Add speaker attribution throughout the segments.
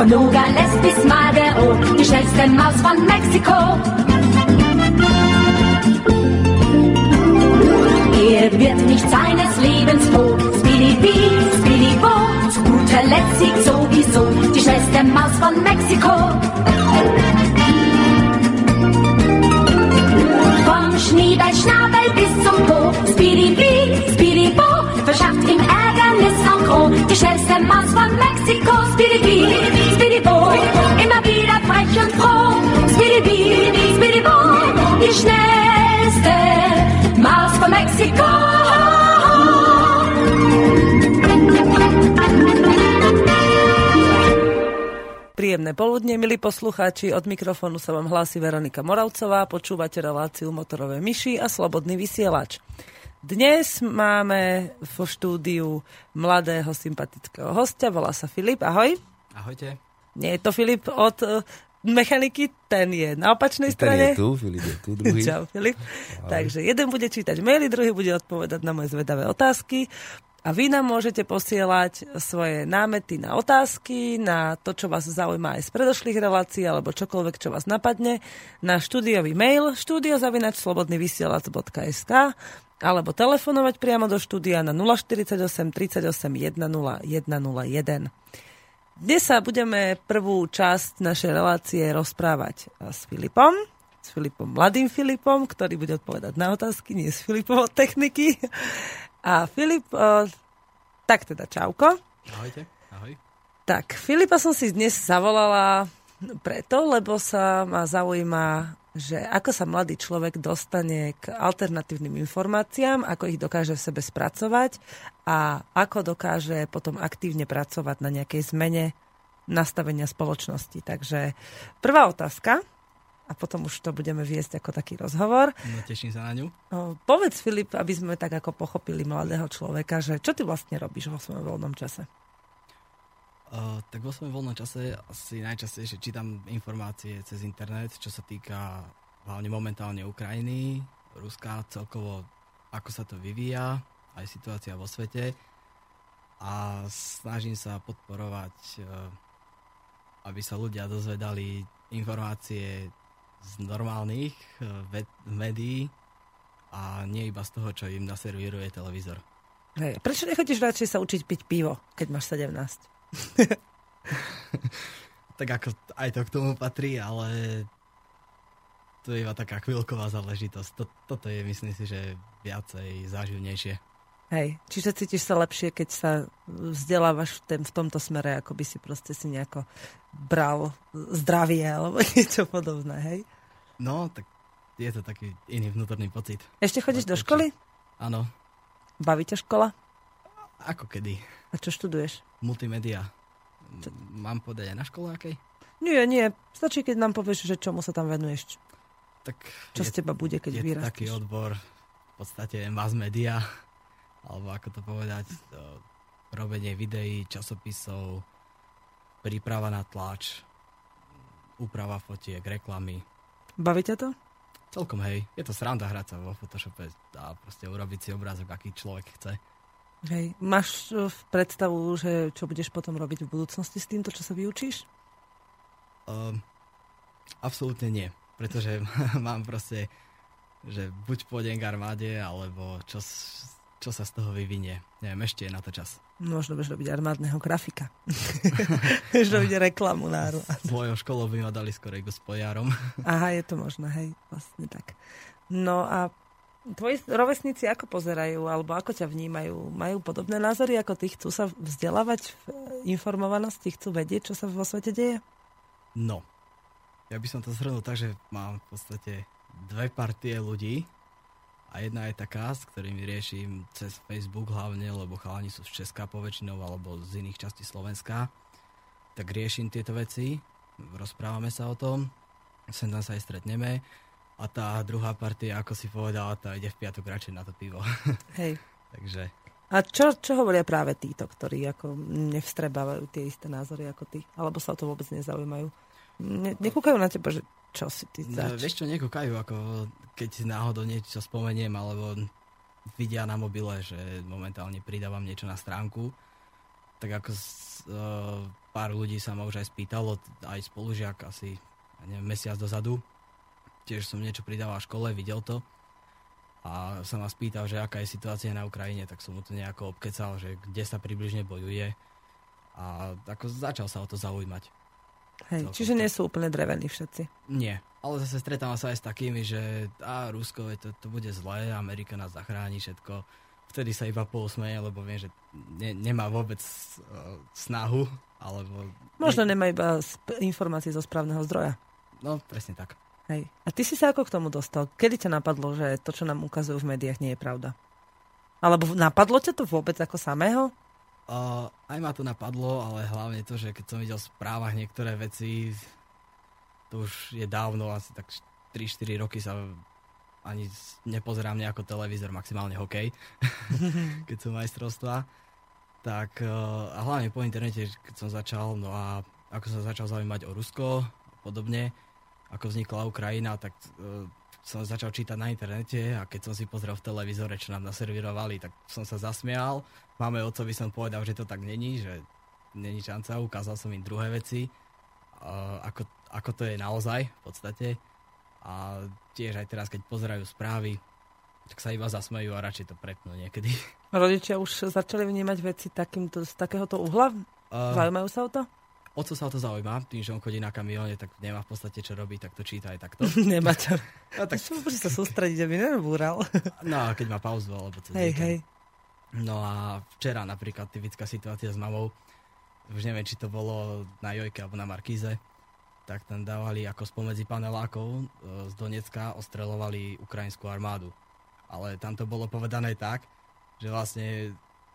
Speaker 1: Nogales bis Madero, die schnellste Maus von Mexiko. Er wird nicht seines Lebens froh. Speedy-Bee, Speedy-Bo, zu guter Letzt siegt sowieso die schnellste Maus von Mexiko. Vom Schneeballschnabel bis zum Po, Speedy-Bee, Speedy-Bo, verschafft ihm Ärgernis en gros. Die schnellste Maus von Mexiko, Speedy-Bee, Speedy-Bo, immer wieder frech und froh. Speedy-Bee, Speedy-Bo, die schnellste Maus von Mexiko.
Speaker 2: Príjemné poludne, milí poslucháči, od mikrofónu sa vám hlási Veronika Moravcová, počúvate reláciu Motorové myši a Slobodný vysielač. Dnes máme vo štúdiu mladého, sympatického hostia, volá sa Filip, ahoj.
Speaker 3: Ahojte.
Speaker 2: Nie je to Filip od mechaniky, ten je na opačnej strane.
Speaker 3: Ten je tu, Filip je tu, druhý.
Speaker 2: Čau, Filip. Takže jeden bude čítať maily, druhý bude odpovedať na moje zvedavé otázky. A vy nám môžete posielať svoje námety na otázky, na to, čo vás zaujíma aj z predošlých relácií, alebo čokoľvek, čo vás napadne, na štúdiový mail studio@slobodnyvysielac.sk alebo telefonovať priamo do štúdia na 048 38 10 101. Dnes sa budeme prvú časť našej relácie rozprávať s Filipom, mladým Filipom, ktorý bude odpovedať na otázky, nie s Filipom od techniky. A Filip, tak teda čauko.
Speaker 3: Ahojte, ahoj.
Speaker 2: Tak, Filipa som si dnes zavolala preto, lebo sa ma zaujíma, že ako sa mladý človek dostane k alternatívnym informáciám, ako ich dokáže v sebe spracovať a ako dokáže potom aktívne pracovať na nejakej zmene nastavenia spoločnosti. Takže prvá otázka, a potom už to budeme viesť ako taký rozhovor.
Speaker 3: No, teším sa na ňu.
Speaker 2: Povedz, Filip, aby sme tak ako pochopili mladého človeka, že čo ty vlastne robíš vo svojom voľnom čase?
Speaker 3: Tak vo svojom voľnom čase asi najčastejšie čítam informácie cez internet, čo sa týka hlavne momentálne Ukrajiny, Ruska, celkovo ako sa to vyvíja, aj situácia vo svete. A snažím sa podporovať, aby sa ľudia dozvedali informácie z normálnych médií a nie iba z toho, čo im naservíruje televízor.
Speaker 2: Hej, prečo nechodíš radšej sa učiť piť pivo, keď máš 17?
Speaker 3: Tak ako aj to k tomu patrí, ale to je iba taká chvíľková záležitosť. Toto je, myslím si, že viacej záživnejšie.
Speaker 2: Hej, čiže cítiš sa lepšie, keď sa vzdelávaš v tomto smere, ako by si proste si nejako bral zdravie alebo niečo podobné, hej?
Speaker 3: No, tak je to taký iný vnútorný pocit.
Speaker 2: Ešte chodíš do školy?
Speaker 3: Áno.
Speaker 2: Baví ťa škola?
Speaker 3: Ako kedy.
Speaker 2: A čo študuješ?
Speaker 3: Multimédia. Mám povedať aj na škole akej?
Speaker 2: Nie. Stačí, keď nám povieš, že čomu sa tam venuješ.
Speaker 3: Tak
Speaker 2: čo z teba bude, keď vyrastíš?
Speaker 3: Je taký odbor, v podstate mass media, alebo ako to povedať, robenie videí, časopisov, príprava na tlač, úprava fotiek, reklamy.
Speaker 2: Baví ťa to?
Speaker 3: Celkom, hej. Je to sranda hrať sa vo Photoshope a proste urobiť si obrázok, aký človek chce.
Speaker 2: Hej. Máš predstavu, že čo budeš potom robiť v budúcnosti s týmto, čo sa vyučíš?
Speaker 3: Absolútne nie. Pretože mám proste, že buď pôjdem k armáde, alebo čo sa z toho vyvinie. Neviem, ešte je na to čas.
Speaker 2: Možno budeš robiť armádneho grafika. Budeš robiť reklamu na armádu.
Speaker 3: S mojou školou by ma dali skorej go spojárom.
Speaker 2: Aha, je to možné, hej, vlastne tak. No a tvoji rovesníci ako pozerajú, alebo ako ťa vnímajú? Majú podobné názory ako ty? Chcú sa vzdelávať v informovanosti? Chcú vedieť, čo sa vo svete deje?
Speaker 3: No, ja by som to zhrnul tak, že mám v podstate dve partie ľudí. A jedna je taká, s ktorými riešim cez Facebook hlavne, lebo chalani sú z Česka poväčšinou alebo z iných častí Slovenska. Tak riešim tieto veci, rozprávame sa o tom, sem tam sa aj stretneme. A tá druhá partia, ako si povedala, tá ide v piatok radšej na to pivo.
Speaker 2: Hej.
Speaker 3: Takže...
Speaker 2: A čo hovoria práve títo, ktorí ako nevstrebávajú tie isté názory ako ty? Alebo sa o to vôbec nezaujímajú? Nekúkajú na teba, že čo si ty zač?
Speaker 3: Vieš čo, nekúkajú, ako keď náhodou niečo spomeniem, alebo vidia na mobile, že momentálne pridávam niečo na stránku, tak ako pár ľudí sa ma už aj spýtalo, aj spolužiak asi mesiac dozadu. Tiež som niečo pridával v škole, videl to. A sa ma spýtal, že aká je situácia na Ukrajine, tak som mu to nejako obkecal, že kde sa približne bojuje. A ako začal sa o to zaujímať.
Speaker 2: Hej, čiže nie sú úplne drevení všetci. Nie.
Speaker 3: Ale zase stretávam sa aj s takými, že Rusko, to bude zlé, Amerika nás zachráni všetko. Vtedy sa iba pousmeje, lebo viem, že nemá vôbec snahu. Alebo
Speaker 2: možno nemá iba informácie zo správneho zdroja.
Speaker 3: No, presne tak.
Speaker 2: Hej. A ty si sa ako k tomu dostal? Kedy ťa napadlo, že to, čo nám ukazujú v médiách, nie je pravda? Alebo napadlo ťa to vôbec ako samého?
Speaker 3: Aj ma to napadlo, ale hlavne to, že keď som videl v správach niektoré veci, to už je dávno, asi tak 3-4 roky sa ani nepozerám nejako televízor, maximálne hokej, keď sú majstrovstvá. Tak a hlavne po internete, keď som začal, no a ako som začal zaujímať o Rusko a podobne, ako vznikla Ukrajina, tak som začal čítať na internete a keď som si pozrel v televízore, čo nám naservírovali, tak som sa zasmial. Máme otcovi som povedal, že to tak není, že není šanca. Ukázal som im druhé veci, ako to je naozaj v podstate. A tiež aj teraz, keď pozerajú správy, tak sa iba zasmejú a radšej to prepnú niekedy.
Speaker 2: Rodičia už začali vnímať veci z takéhoto uhla? Zaujímajú sa o to?
Speaker 3: Oco sa o to zaujíma, tým, že on chodí na kamióne, tak nemá v podstate čo robiť, tak to číta aj takto.
Speaker 2: Nemá čo.
Speaker 3: No, tak...
Speaker 2: Môže sa sústrediť, aby nebúral.
Speaker 3: No, keď má pauzu, alebo cez
Speaker 2: hej.
Speaker 3: No a včera napríklad typická situácia s mamou, už neviem, či to bolo na Jojke alebo na Markíze, tak tam dávali ako spomedzi panelákov z Donecka ostreľovali ukrajinskú armádu. Ale tam to bolo povedané tak, že vlastne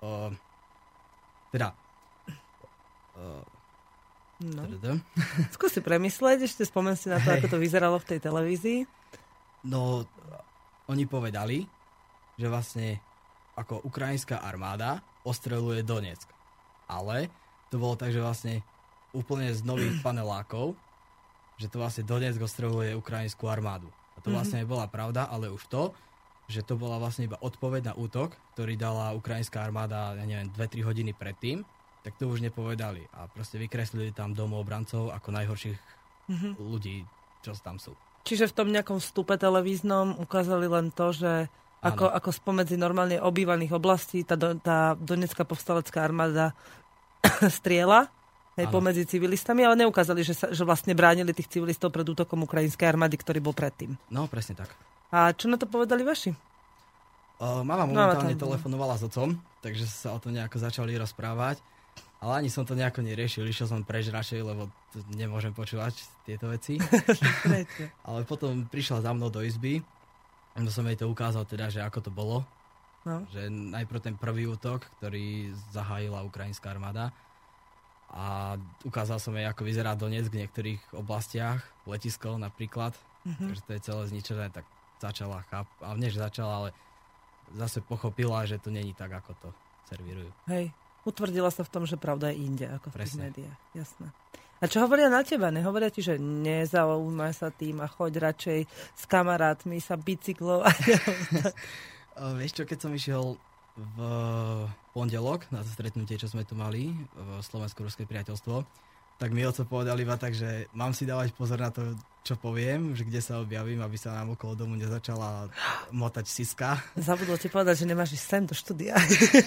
Speaker 2: no. Skús si premyslieť, ešte spomen si na to, ako to vyzeralo v tej televízii.
Speaker 3: No, oni povedali, že vlastne ako ukrajinská armáda ostreľuje Donetsk. Ale to bolo tak, že vlastne úplne z nových panelákov, že to vlastne Donetsk ostreľuje ukrajinskú armádu. A to vlastne bola pravda, ale už to, že to bola vlastne iba odpoveď na útok, ktorý dala ukrajinská armáda, 2-3 hodiny predtým, tak to už nepovedali. A proste vykreslili tam domobrancov ako najhorších ľudí, čo tam sú.
Speaker 2: Čiže v tom nejakom vstupe televíznom ukázali len to, že ako spomedzi normálne obývaných oblastí tá donecká povstalecká armáda striela pomedzi civilistami, ale neukázali, že vlastne bránili tých civilistov pred útokom ukrajinskej armády, ktorý bol predtým.
Speaker 3: No, presne tak.
Speaker 2: A čo na to povedali vaši?
Speaker 3: Mama momentálne telefonovala s otcom, takže sa o tom nejako začali rozprávať. Ale ani som to nejako neriešil, išiel som preč radšej, lebo nemôžem počúvať tieto veci. Ale potom prišla za mnou do izby, no som jej to ukázal teda, že ako to bolo. No. Že najprv ten prvý útok, ktorý zahájila ukrajinská armáda. A ukázal som jej, ako vyzerá Donetsk v niektorých oblastiach, letisko napríklad, takže to je celé zničené, tak začala ale nie, že začala, ale zase pochopila, že to není tak, ako to servírujú.
Speaker 2: Hej. Utvrdila sa v tom, že pravda je inde, ako v tých médiách. Jasné. A čo hovoria na teba? Nehovoria ti, že nezaujímaj sa tým a choď radšej s kamarátmi sa bicyklov?
Speaker 3: Vieš čo, keď som išiel v pondelok na to stretnutie, čo sme tu mali, v Slovensko-ruské priateľstvo, tak mi oco povedal iba tak, že mám si dávať pozor na to, čo poviem, že kde sa objavím, aby sa nám okolo domu nezačala motať siska.
Speaker 2: Zabudol ti povedať, že nemáš ísť sem do štúdia.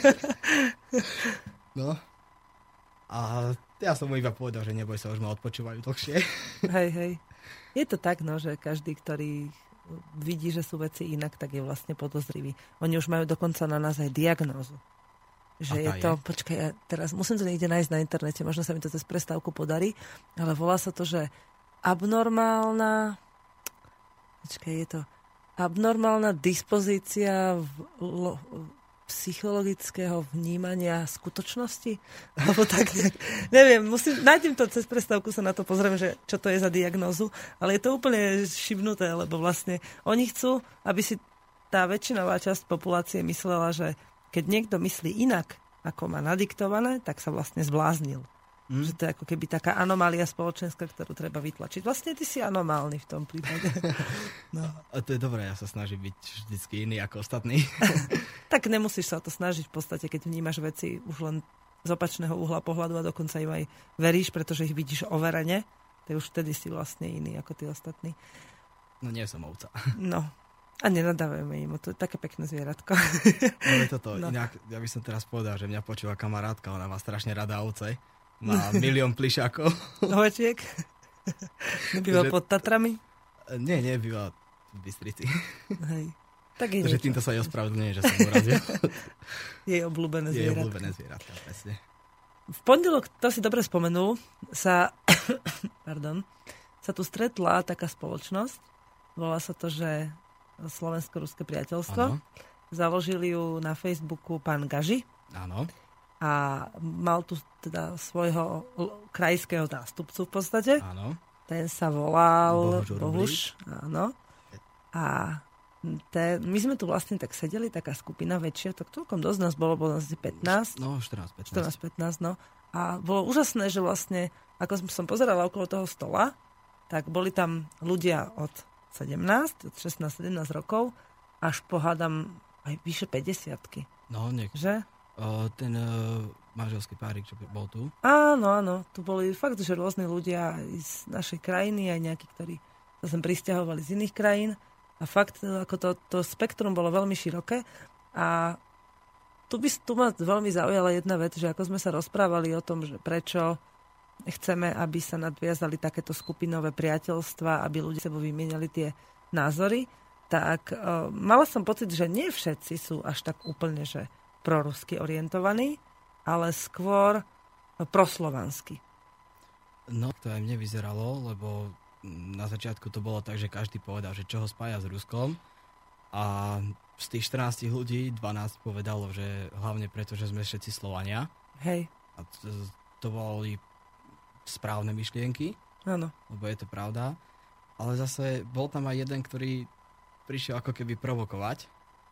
Speaker 3: No. A ja som mu iba povedal, že neboj sa, už ma odpočúvajú dlhšie.
Speaker 2: Hej. Je to tak, no, že každý, ktorý vidí, že sú veci inak, tak je vlastne podozrivý. Oni už majú dokonca na nás aj diagnózu. Že je to, počkaj, ja teraz musím to niekde nájsť na internete, možno sa mi to cez prestávku podarí, ale volá sa to, že abnormálna dispozícia psychologického vnímania skutočnosti? Alebo tak nejak, neviem, nájdem to cez prestávku, sa na to pozriem, že čo to je za diagnózu, ale je to úplne šibnuté, lebo vlastne oni chcú, aby si tá väčšinová časť populácie myslela, že keď niekto myslí inak, ako má nadiktované, tak sa vlastne zbláznil. Že to je ako keby taká anomália spoločenská, ktorú treba vytlačiť. Vlastne ty si anomálny v tom prípade. No.
Speaker 3: A to je dobré, ja sa snažím byť vždycky iný ako ostatní.
Speaker 2: Tak nemusíš sa o to snažiť v podstate, keď vnímaš veci už len z opačného uhla pohľadu a dokonca im aj veríš, pretože ich vidíš overene, tak už vtedy si vlastne iný ako tí ostatní.
Speaker 3: No nie som ovca.
Speaker 2: No. A nenadávajme im, to je také pekné zvieratko.
Speaker 3: No je toto. No. Inak, ja by som teraz povedal, že mňa počúva kamarátka, ona má strašne rada ovce. Má 1 000 000 plišákov.
Speaker 2: Ovečiek? Nebýva pod Tatrami?
Speaker 3: Nie, býva v Bystrici.
Speaker 2: Hej. Tak je
Speaker 3: Takže týmto sa jej ospravedlňuje, že som urazil.
Speaker 2: Jej obľúbené zvieratko.
Speaker 3: Jej obľúbené zvieratko, presne.
Speaker 2: V pondelok, to si dobre spomenul, sa tu stretla taká spoločnosť. Volá sa to, že Slovensko-ruské priateľstvo.
Speaker 3: Áno.
Speaker 2: Založili ju na Facebooku pán Gaži.
Speaker 3: Áno.
Speaker 2: A mal tu teda svojho krajského nástupcu v podstate.
Speaker 3: Áno.
Speaker 2: Ten sa volal
Speaker 3: Bohuš.
Speaker 2: Áno. A my sme tu vlastne tak sedeli, taká skupina väčšia, tak celkom dosť nás bolo nás 15.
Speaker 3: No, 14-15.
Speaker 2: No. A bolo úžasné, že vlastne, ako som pozerala okolo toho stola, tak boli tam ľudia od 17, od 16-17 rokov, až pohádam aj vyše 50-ky.
Speaker 3: No,
Speaker 2: že?
Speaker 3: Ten manželský párik, čo bol tu.
Speaker 2: Áno. Tu boli fakt, že rôzni ľudia z našej krajiny, aj nejakí, ktorí sa sem prisťahovali z iných krajín. A fakt, ako to spektrum bolo veľmi široké. A tu ma veľmi zaujala jedna vec, že ako sme sa rozprávali o tom, že prečo chceme, aby sa nadviazali takéto skupinové priateľstva, aby ľudia sebou vymieniali tie názory, tak mala som pocit, že nie všetci sú až tak úplne, že prorusky orientovaní, ale skôr proslovansky.
Speaker 3: No, to aj mne vyzeralo, lebo na začiatku to bolo tak, že každý povedal, že čo ho spája s Ruskom, a z tých 14 ľudí 12 povedalo, že hlavne preto, že sme všetci Slovania.
Speaker 2: Hej.
Speaker 3: A to boli správne myšlienky.
Speaker 2: Áno.
Speaker 3: Lebo je to pravda. Ale zase bol tam aj jeden, ktorý prišiel ako keby provokovať.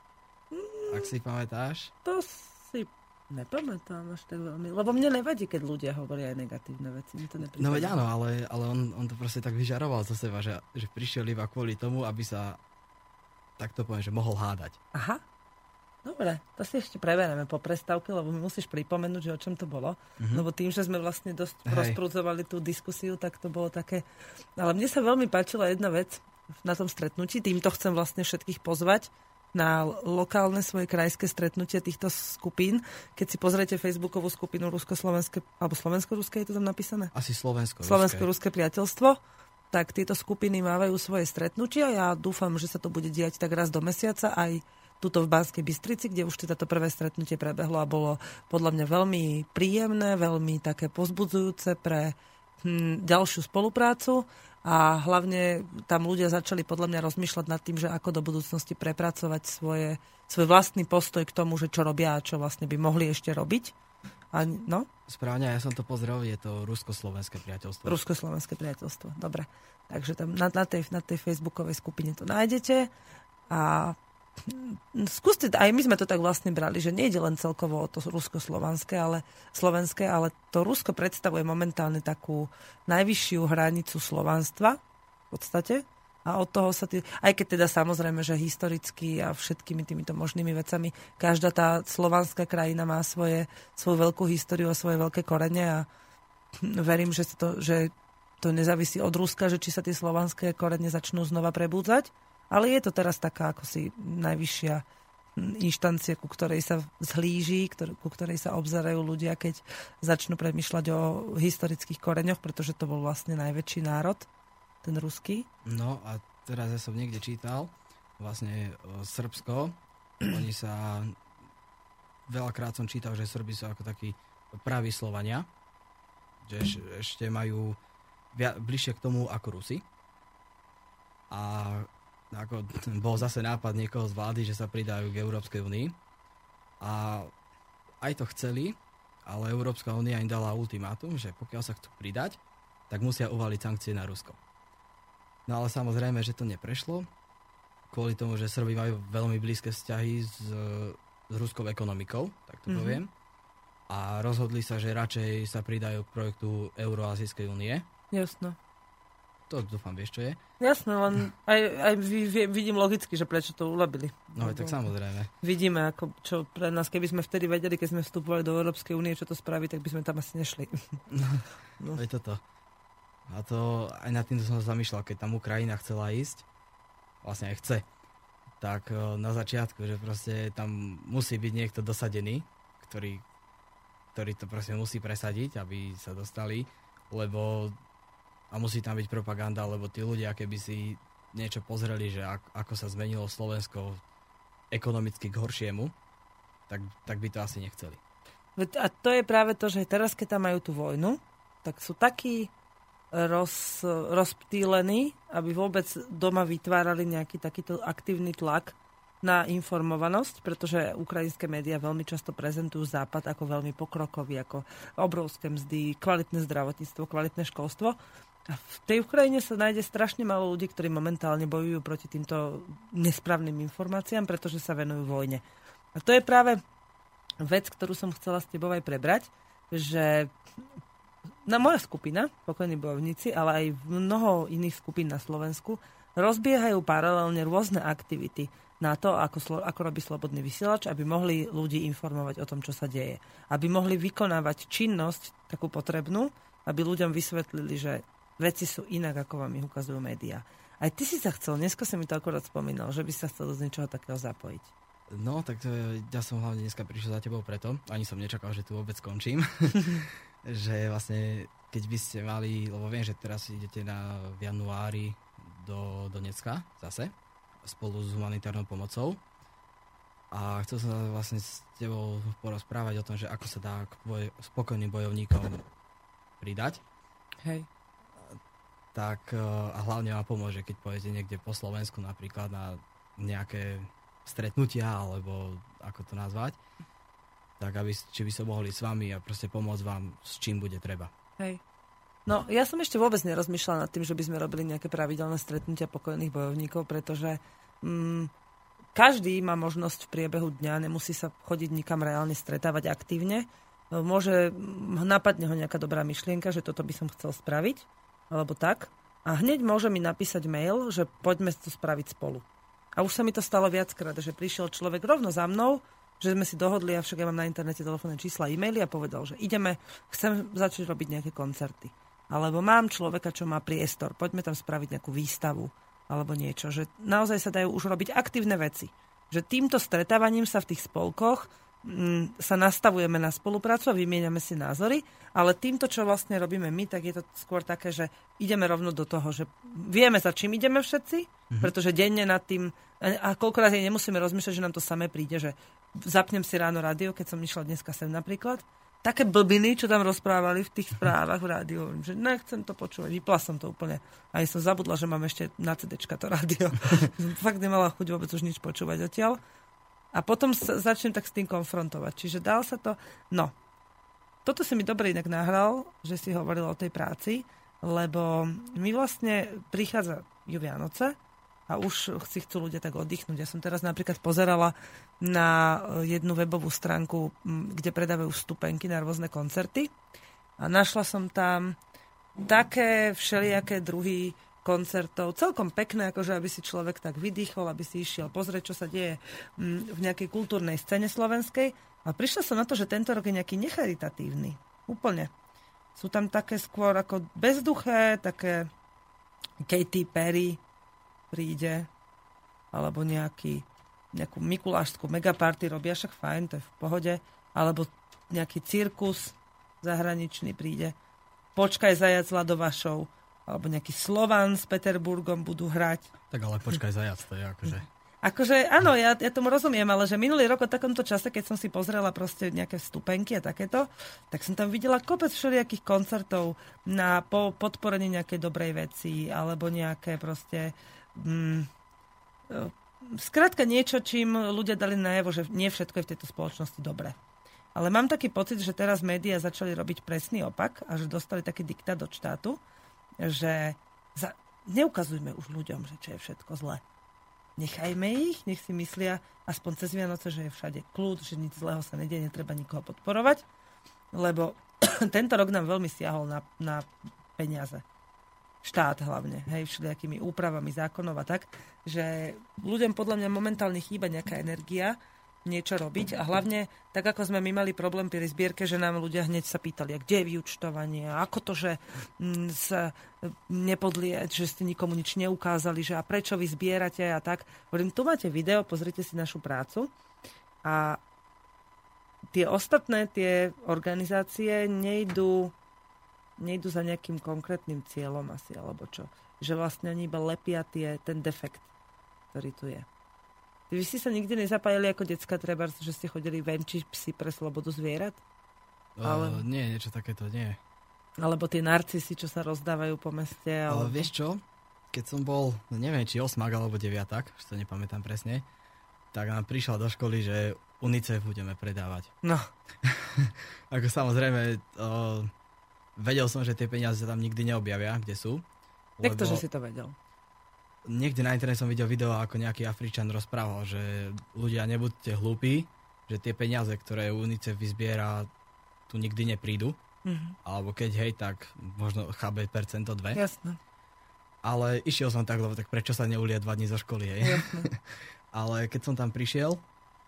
Speaker 3: Ak si pamätáš?
Speaker 2: To si nepamätám až tak veľmi. Lebo mne nevadí, keď ľudia hovoria aj negatívne veci.
Speaker 3: No veď áno, ale on to proste tak vyžaroval zo seba, že prišiel iba kvôli tomu, aby sa, tak to poviem, že mohol hádať.
Speaker 2: Aha. Dobre, to si ešte preberieme po prestávke, lebo mi musíš pripomenúť, že o čom to bolo. Lebo tým, že sme vlastne dosť rozprúdzovali tú diskusiu, tak to bolo také. Ale mne sa veľmi páčila jedna vec na tom stretnutí. Týmto chcem vlastne všetkých pozvať na lokálne svoje krajské stretnutie týchto skupín. Keď si pozriete facebookovú skupinu Rusko-slovenské, alebo Slovensko-ruské je to tam napísané?
Speaker 3: Asi Slovensko-ruské.
Speaker 2: Slovensko-ruské priateľstvo. Tak tieto skupiny mávajú svoje stretnutia. Ja dúfam, že sa to bude diať tak raz do mesiaca aj tuto v Banskej Bystrici, kde už toto prvé stretnutie prebehlo a bolo podľa mňa veľmi príjemné, veľmi také povzbudzujúce pre ďalšiu spoluprácu a hlavne tam ľudia začali podľa mňa rozmýšľať nad tým, že ako do budúcnosti prepracovať svoj vlastný postoj k tomu, že čo robia a čo vlastne by mohli ešte robiť. No?
Speaker 3: Správne, ja som to pozrel, je to Rusko-slovenské priateľstvo.
Speaker 2: Rusko-slovenské priateľstvo, dobre. Takže tam na tej facebookovej skupine to nájdete a skúste, aj my sme to tak vlastne brali, že nejde len celkovo o to rusko-slovenské, ale to Rusko predstavuje momentálne takú najvyššiu hranicu slovanstva v podstate a od toho sa aj keď teda samozrejme, že historicky a všetkými týmito možnými vecami každá tá slovanská krajina má svoju veľkú históriu a svoje veľké korene a verím, že to nezávisí od Ruska, že či sa tie slovanské korene začnú znova prebúdzať. Ale je to teraz taká ako si najvyššia inštancia, ku ktorej sa zhlíži, ku ktorej sa obzerajú ľudia, keď začnú premýšľať o historických koreňoch, pretože to bol vlastne najväčší národ, ten ruský. No
Speaker 3: a teraz ja som niekde čítal, vlastne Srbsko, oni sa, veľakrát som čítal, že Srbi sú ako takí praví Slovania, že ešte majú bližšie k tomu ako Rusi. A ako bol zase nápad niekoho z vlády, že sa pridajú k Európskej únii. A aj to chceli, ale Európska únia im dala ultimátum, že pokiaľ sa chcú pridať, tak musia uvaliť sankcie na Rusko. No ale samozrejme, že to neprešlo, kvôli tomu, že Srbi majú veľmi blízke vzťahy s ruskou ekonomikou, tak to poviem. A rozhodli sa, že radšej sa pridajú k projektu Euroazijskej únie.
Speaker 2: Jasno.
Speaker 3: To dúfam, vieš, čo je?
Speaker 2: Jasné, len aj vidím logicky, že prečo to urobili.
Speaker 3: No, tak samozrejme.
Speaker 2: Vidíme, ako, čo pre nás, keby sme vtedy vedeli, keď sme vstupovali do Európskej únie, čo to spraví, tak by sme tam asi nešli.
Speaker 3: No. Je toto. A to aj nad tým som sa zamýšľal, keď tam Ukrajina chcela ísť, vlastne aj chce, tak na začiatku, že proste tam musí byť niekto dosadený, ktorý to proste musí presadiť, aby sa dostali, lebo a musí tam byť propaganda, lebo tí ľudia, keby si niečo pozreli, že ako sa zmenilo Slovensko ekonomicky k horšiemu, tak by to asi nechceli.
Speaker 2: A to je práve to, že teraz, keď tam majú tú vojnu, tak sú takí rozptýlení, aby vôbec doma vytvárali nejaký takýto aktívny tlak na informovanosť, pretože ukrajinské médiá veľmi často prezentujú Západ ako veľmi pokrokový, ako obrovské mzdy, kvalitné zdravotníctvo, kvalitné školstvo. A v tej Ukrajine sa nájde strašne málo ľudí, ktorí momentálne bojujú proti týmto nesprávnym informáciám, pretože sa venujú vojne. A to je práve vec, ktorú som chcela s tebou aj prebrať, že moja skupina, Pokojní bojovníci, ale aj mnoho iných skupín na Slovensku, rozbiehajú paralelne rôzne aktivity na to, ako robí Slobodný vysielač, aby mohli ľudí informovať o tom, čo sa deje. Aby mohli vykonávať činnosť takú potrebnú, aby ľuďom vysvetlili, že veci sú inak, ako vám ich ukazujú médiá. Aj ty si sa chcel, dneska si mi to akorát spomínal, že by sa chcel z niečoho takého zapojiť.
Speaker 3: No, tak ja som hlavne dneska prišiel za tebou preto, ani som nečakal, že tu vôbec skončím, že vlastne, keď by ste mali, lebo viem, že teraz idete v januári do Donecka zase, spolu s humanitárnou pomocou a chcel som sa vlastne s tebou porozprávať o tom, že ako sa dá k spokojným bojovníkom pridať.
Speaker 2: Hej.
Speaker 3: Tak a hlavne vám pomôže, keď pôjdete niekde po Slovensku napríklad na nejaké stretnutia, alebo ako to nazvať, tak či by sa mohli s vami a proste pomôcť vám, s čím bude treba.
Speaker 2: Hej. No, ja som ešte vôbec nerozmýšľala nad tým, že by sme robili nejaké pravidelné stretnutia pokojných bojovníkov, pretože každý má možnosť v priebehu dňa, nemusí sa chodiť nikam reálne stretávať aktívne. Napadne ho nejaká dobrá myšlienka, že toto by som chcel spraviť, alebo tak. A hneď môže mi napísať mail, že poďme to spraviť spolu. A už sa mi to stalo viackrát, že prišiel človek rovno za mnou, že sme si dohodli, avšak ja mám na internete telefónne čísla, e-maily a povedal, že chcem začať robiť nejaké koncerty. Alebo mám človeka, čo má priestor, poďme tam spraviť nejakú výstavu alebo niečo. Že naozaj sa dajú už robiť aktívne veci. Že týmto stretávaním sa v tých spolkoch sa nastavujeme na spoluprácu a vymieňame si názory, ale týmto, čo vlastne robíme my, tak je to skôr také, že ideme rovno do toho, že vieme, za čím ideme všetci, pretože denne nad tým, a koľkokrát nemusíme rozmýšľať, že nám to samé príde, že zapnem si ráno rádio, keď som išla dneska sem napríklad, také blbiny, čo tam rozprávali v tých správach v rádiu, že nechcem to počúvať, vypla som to úplne. Ani som zabudla, že mám ešte na CDčka to rádio. Fakt nemala chuť vôbec už nič počúvať odtiaľ. A potom začnem tak s tým konfrontovať. Čiže dal sa to... No, toto si mi dobre inak nahral, že si hovoril o tej práci, lebo mi vlastne prichádzajú Vianoce a už si chcú ľudia tak oddychnúť. Ja som teraz napríklad pozerala na jednu webovú stránku, kde predávajú vstupenky na rôzne koncerty a našla som tam také všelijaké druhy koncertov, celkom pekné, akože aby si človek tak vydýchol, aby si išiel pozrieť, čo sa deje v nejakej kultúrnej scéne slovenskej. A prišla som na to, že tento rok je nejaký necharitatívny. Úplne. Sú tam také skôr ako bezduché, také Katy Perry príde, alebo nejakú mikulášskú megaparty robia, však fajn, to je v pohode, alebo nejaký cirkus zahraničný príde. Počkaj zajac Ladovašov, alebo nejaký Slovan s Peterburgom budú hrať.
Speaker 3: Tak ale počkaj zajac, to je akože...
Speaker 2: Akože, áno, ja tomu rozumiem, ale že minulý rok o takomto čase, keď som si pozrela proste nejaké vstupenky a takéto, tak som tam videla kopec všelijakých koncertov na podporenie nejakej dobrej veci, alebo nejaké proste... skrátka niečo, čím ľudia dali najavo, že nie všetko je v tejto spoločnosti dobré. Ale mám taký pocit, že teraz médiá začali robiť presný opak a že dostali taký diktát od štátu, že neukazujme už ľuďom, že čo je všetko zlé. Nechajme ich, nech si myslia aspoň cez Vianoce, že je všade kľud, že nič zlého sa nedieje, netreba nikoho podporovať, lebo tento rok nám veľmi siahol na peniaze. štát hlavne, hej, všelijakými úpravami zákonov a tak, že ľuďom podľa mňa momentálne chýba nejaká energia niečo robiť a hlavne, tak ako sme my mali problém pri zbierke, že nám ľudia hneď sa pýtali, a kde je vyúčtovanie, a ako to, že sa že ste nikomu nič neukázali, že a prečo vy zbierate a tak. Hovorím, tu máte video, pozrite si našu prácu a tie ostatné, tie organizácie nejdú za nejakým konkrétnym cieľom asi, alebo čo. Že vlastne oni iba lepia ten defekt, ktorý tu je. Vy ste sa nikdy nezapájali ako decka, treba, že ste chodili venčiť psi pre slobodu zvierat?
Speaker 3: Nie, niečo takéto nie.
Speaker 2: Alebo tie narcisy, čo sa rozdávajú po meste? Alebo...
Speaker 3: Vieš čo? Keď som bol, neviem, či 8 alebo 9, už to nepamätám presne, tak nám prišla do školy, že UNICEF budeme predávať.
Speaker 2: No.
Speaker 3: Ako samozrejme, vedel som, že tie peniaze sa tam nikdy neobjavia, kde sú.
Speaker 2: Jak to, že si to vedel?
Speaker 3: Niekde na internete som videl video, ako nejaký Afričan rozprával, že ľudia, nebuďte hlúpi, že tie peniaze, ktoré UNICEF vyzbiera, tu nikdy neprídu. Mm-hmm. Alebo keď hej, tak možno chábe percento 2.
Speaker 2: Jasné.
Speaker 3: Ale išiel som tak, lebo tak prečo sa neulie 2 dní zo školy, hej?
Speaker 2: Jasné.
Speaker 3: Ale keď som tam prišiel,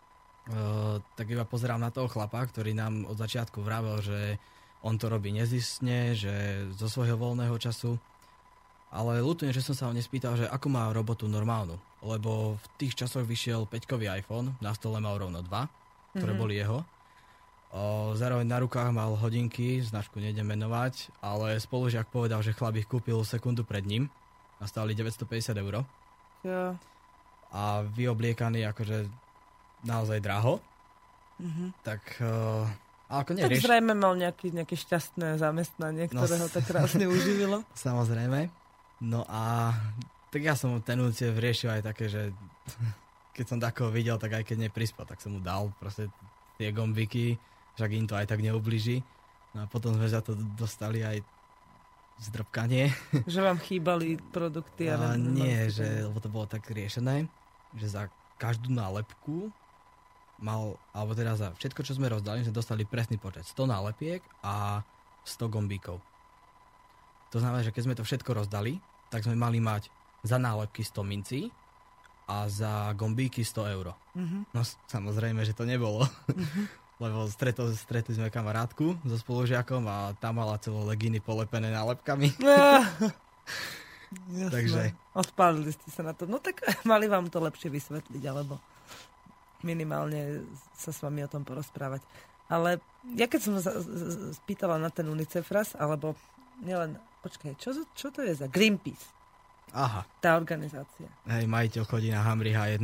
Speaker 3: tak iba pozerám na toho chlapa, ktorý nám od začiatku vravel, že on to robí nezistne, že zo svojho voľného času. Ale ľutujem, že som sa ho nespýtal, že ako má robotu normálnu. Lebo v tých časoch vyšiel 5-kový iPhone, na stole mal rovno 2, ktoré boli jeho. Zároveň na rukách mal hodinky, značku nejdem menovať, ale spolužiak povedal, že chlap ich kúpil sekundu pred ním a stáli 950 €.
Speaker 2: Ja.
Speaker 3: A vyobliekaný akože naozaj draho. Tak... ako
Speaker 2: tak zrejme mal nejaké šťastné zamestnanie, ktoré ho tak krásne uživilo.
Speaker 3: Samozrejme. No a tak ja som ten UNICEF riešil aj také, že keď som takého videl, tak aj keď neprispel, tak som mu dal proste tie gombíky, však im to aj tak neublíži. No a potom sme za to dostali aj zdrobkanie. Že vám chýbali
Speaker 2: produkty?
Speaker 3: Nie, lebo to bolo tak riešené, že za každú nálepku alebo teda za všetko, čo sme rozdali, sme dostali presný počet. 100 nálepiek a 100 gombíkov. To znamená, že keď sme to všetko rozdali, tak sme mali mať za nálepky 100 mincí a za gombíky 100 €. No samozrejme, že to nebolo. Lebo stretli sme kamarátku so spolužiakom a tam mala celé legíny polepené nálepkami. Takže...
Speaker 2: Odpálili ste sa na to. No tak mali vám to lepšie vysvetliť, alebo minimálne sa s vami o tom porozprávať. Ale ja keď som sa spýtala na ten UNICEF raz, alebo nielen, počkaj, čo to je za Greenpeace?
Speaker 3: Aha.
Speaker 2: Tá organizácia.
Speaker 3: Hej, majiteľ chodí na Hamri H1.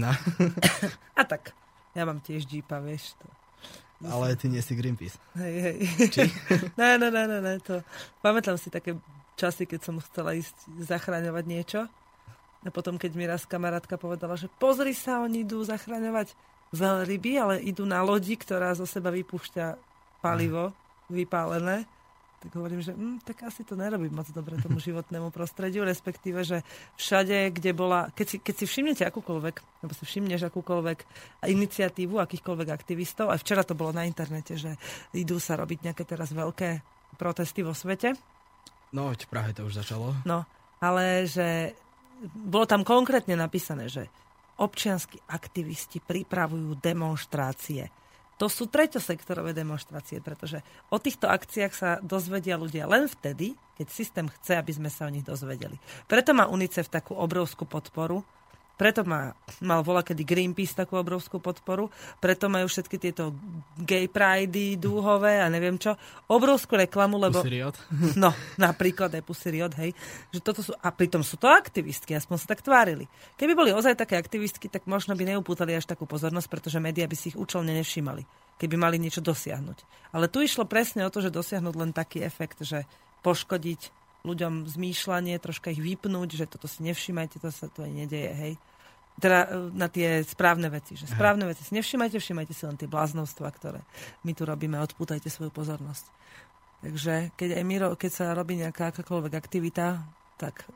Speaker 2: A tak, ja mám tiež Jeepa, vieš to.
Speaker 3: Ale ty nie si Greenpeace.
Speaker 2: Hej.
Speaker 3: Či?
Speaker 2: Ne, to. Pamätám si také časy, keď som chcela ísť zachraňovať niečo. A potom, keď mi raz kamarátka povedala, že pozri sa, oni idú zachraňovať veľryby, ale idú na lodi, ktorá zo seba vypúšťa palivo vypálené. Tak hovorím, že tak asi to nerobí moc dobre tomu životnému prostrediu, respektíve, že všade, kde bola, keď si všimnete akúkoľvek, alebo si všimneš akúkoľvek iniciatívu, akýchkoľvek aktivistov, aj včera to bolo na internete, že idú sa robiť nejaké teraz veľké protesty vo svete.
Speaker 3: No, v Prahe to už začalo.
Speaker 2: No, ale že bolo tam konkrétne napísané, že občianski aktivisti pripravujú demonštrácie. To sú treťosektorové demonštrácie, pretože o týchto akciách sa dozvedia ľudia len vtedy, keď systém chce, aby sme sa o nich dozvedeli. Preto má UNICEF takú obrovskú podporu, preto mal voľakedy Greenpeace takú obrovskú podporu, preto majú všetky tieto gay pridey, dúhové a neviem čo, obrovskú reklamu, lebo...
Speaker 3: Pussy Riot.
Speaker 2: No, napríklad aj Pussy Riot, hej. Že toto sú, a pritom sú to aktivistky, aspoň sa tak tvárili. Keby boli ozaj také aktivistky, tak možno by neupútali až takú pozornosť, pretože médiá by si ich účelne nevšímali, keby mali niečo dosiahnuť. Ale tu išlo presne o to, že dosiahnuť len taký efekt, že poškodiť ľuďom zmýšľanie, troška ich vypnúť, že toto si nevšímajte, to sa tu aj nedeje, hej. Teda na tie správne veci, že správne veci si nevšímajte, všímajte si len tie bláznovstvá, ktoré my tu robíme, odpútajte svoju pozornosť. Takže keď sa robí nejaká akákoľvek aktivita, tak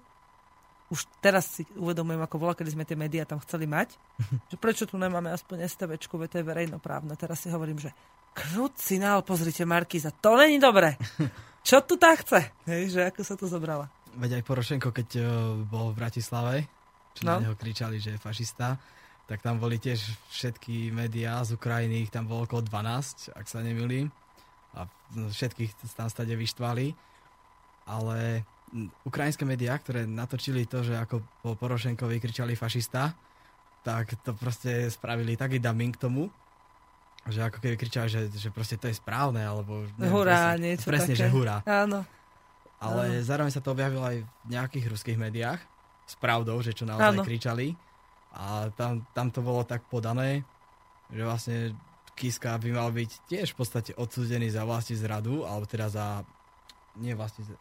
Speaker 2: už teraz si uvedomujem, ako bola, kedy sme tie médiá tam chceli mať, že prečo tu nemáme aspoň STVčku, veď to je verejnoprávne. Teraz si hovorím, že krucinál, pozrite Markíza, to není dobre. Čo tu tá chce? Hej, že ako sa to zobrala?
Speaker 3: Veď aj Porošenko, keď bol v Bratislave, čo na neho kričali, že je fašista, tak tam boli tiež všetky médiá z Ukrajiny, ich tam bolo okolo 12, ak sa nemýlim. A všetkých tam stade vyštvali. Ale ukrajinské médiá, ktoré natočili to, že ako po Porošenkovi kričali fašista, tak to proste spravili taký dubbing k tomu, že ako keby kričali, že proste to je správne, alebo...
Speaker 2: Hurá, niečo
Speaker 3: presne,
Speaker 2: také.
Speaker 3: Že hurá.
Speaker 2: Áno.
Speaker 3: Ale zároveň sa to objavilo aj v nejakých ruských médiách s pravdou, že čo naozaj kričali. A tam to bolo tak podané, že vlastne Kiska by mal byť tiež v podstate odsúdený za vlastizradu, alebo teda za... Nie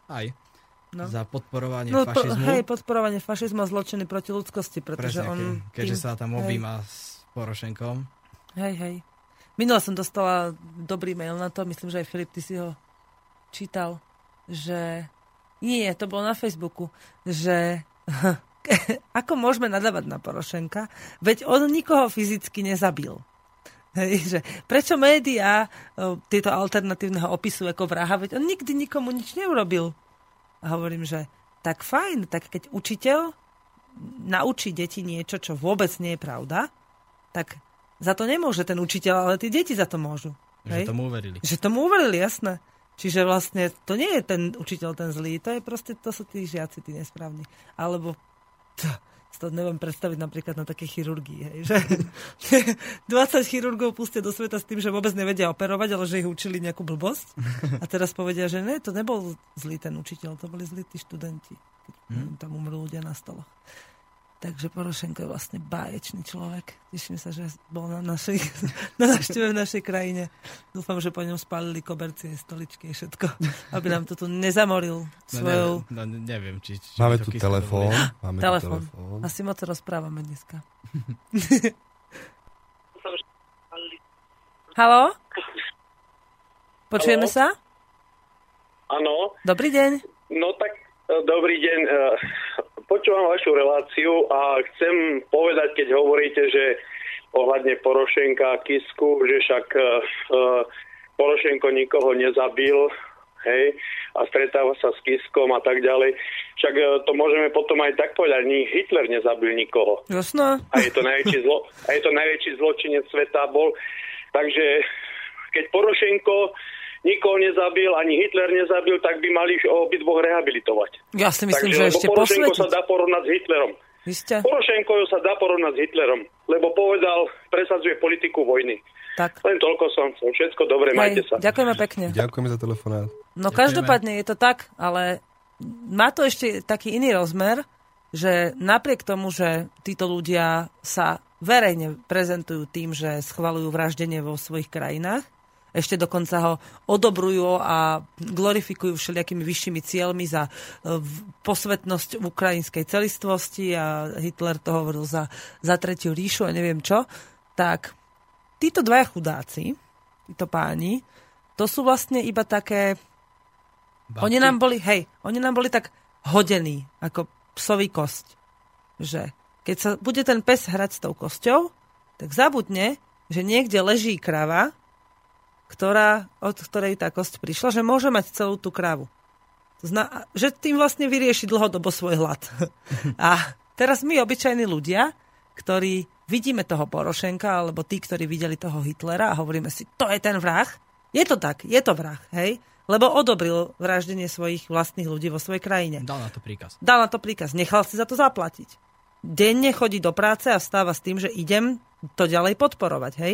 Speaker 3: za podporovanie fašizmu.
Speaker 2: Hej, podporovanie fašizmu a zločiny proti ľudskosti, pretože
Speaker 3: presne, keďže sa tam objíma s Porošenkom.
Speaker 2: Hej. Minula som dostala dobrý mail na to, myslím, že aj Filip, ty si ho čítal, že... Nie, to bolo na Facebooku, že... Ako môžeme nadávať na Porošenka? Veď on nikoho fyzicky nezabil. Hej, že prečo médiá tieto alternatívneho opisujú ako vraha? Veď on nikdy nikomu nič neurobil. A hovorím, že tak fajn, tak keď učiteľ naučí deti niečo, čo vôbec nie je pravda, tak za to nemôže ten učiteľ, ale tí deti za to môžu.
Speaker 3: Že tomu uverili.
Speaker 2: Že tomu uverili, jasné. Čiže vlastne to nie je ten učiteľ ten zlý, to je proste, to sú tí žiaci, tí nesprávni. Alebo to neviem predstaviť napríklad na také chirurgii, hej, že 20 chirurgov pustia do sveta s tým, že vôbec nevedia operovať, ale že ich učili nejakú blbosť. A teraz povedia, že ne, to nebol zlý ten učiteľ, to boli zlí tí študenti, keď tam umrú ľudia na stoloch. Takže Porošenko je vlastne báječný človek. Teším sa, že bol na návšteve v našej krajine. Dúfam, že po ňom spálili kobercie, stoličky a všetko, aby nám to tu nezamoril svojou...
Speaker 3: Neviem, či
Speaker 4: máme tu telefón.
Speaker 2: Telefón. Asi moc rozprávame dneska. Haló? Počujeme sa?
Speaker 5: Áno.
Speaker 2: Dobrý deň.
Speaker 5: No tak, dobrý deň. Počúvam vašu reláciu a chcem povedať, keď hovoríte, že ohľadne Porošenka a Kisku, že však Porošenko nikoho nezabil, hej, a stretáva sa s Kiskom a tak ďalej. Však to môžeme potom aj tak povedať, ani Hitler nezabil nikoho.
Speaker 2: Jasné.
Speaker 5: A je to najväčší zločinec sveta bol. Takže keď Porošenko nikoho nezabil, ani Hitler nezabil, tak by mali obidvoch rehabilitovať.
Speaker 2: Ja si myslím, že ešte
Speaker 5: Porošenko
Speaker 2: posvetiť.
Speaker 5: sa dá porovnať s Hitlerom. Porošenko sa dá porovnať s Hitlerom, lebo povedal, presadzuje politiku vojny.
Speaker 2: Tak.
Speaker 5: Len toľko som chcel. Všetko dobre, majte sa.
Speaker 2: Ďakujeme pekne.
Speaker 4: Ďakujeme za telefonát.
Speaker 2: No každopádne je to tak, ale má to ešte taký iný rozmer, že napriek tomu, že títo ľudia sa verejne prezentujú tým, že schvaľujú vraždenie vo svojich krajinách, ešte dokonca ho odobrujú a glorifikujú všelijakými vyššími cieľmi za posvetnosť ukrajinskej celistvosti a Hitler to hovoril za Tretiu ríšu a neviem čo, tak títo dvaja chudáci, títo páni, to sú vlastne iba také... Oni nám boli tak hodení, ako psový kosť. Že keď sa bude ten pes hrať s tou kosťou, tak zabudne, že niekde leží krava, od ktorej tá kosť prišla, že môže mať celú tú kravu. Že tým vlastne vyrieši dlhodobo svoj hlad. A teraz my, obyčajní ľudia, ktorí vidíme toho Porošenka, alebo tí, ktorí videli toho Hitlera a hovoríme si, to je ten vrah. Je to tak, je to vrah, hej? Lebo odobril vraždenie svojich vlastných ľudí vo svojej krajine.
Speaker 3: Dal na to príkaz.
Speaker 2: Nechal si za to zaplatiť. Denne chodí do práce a vstáva s tým, že idem to ďalej podporovať, hej?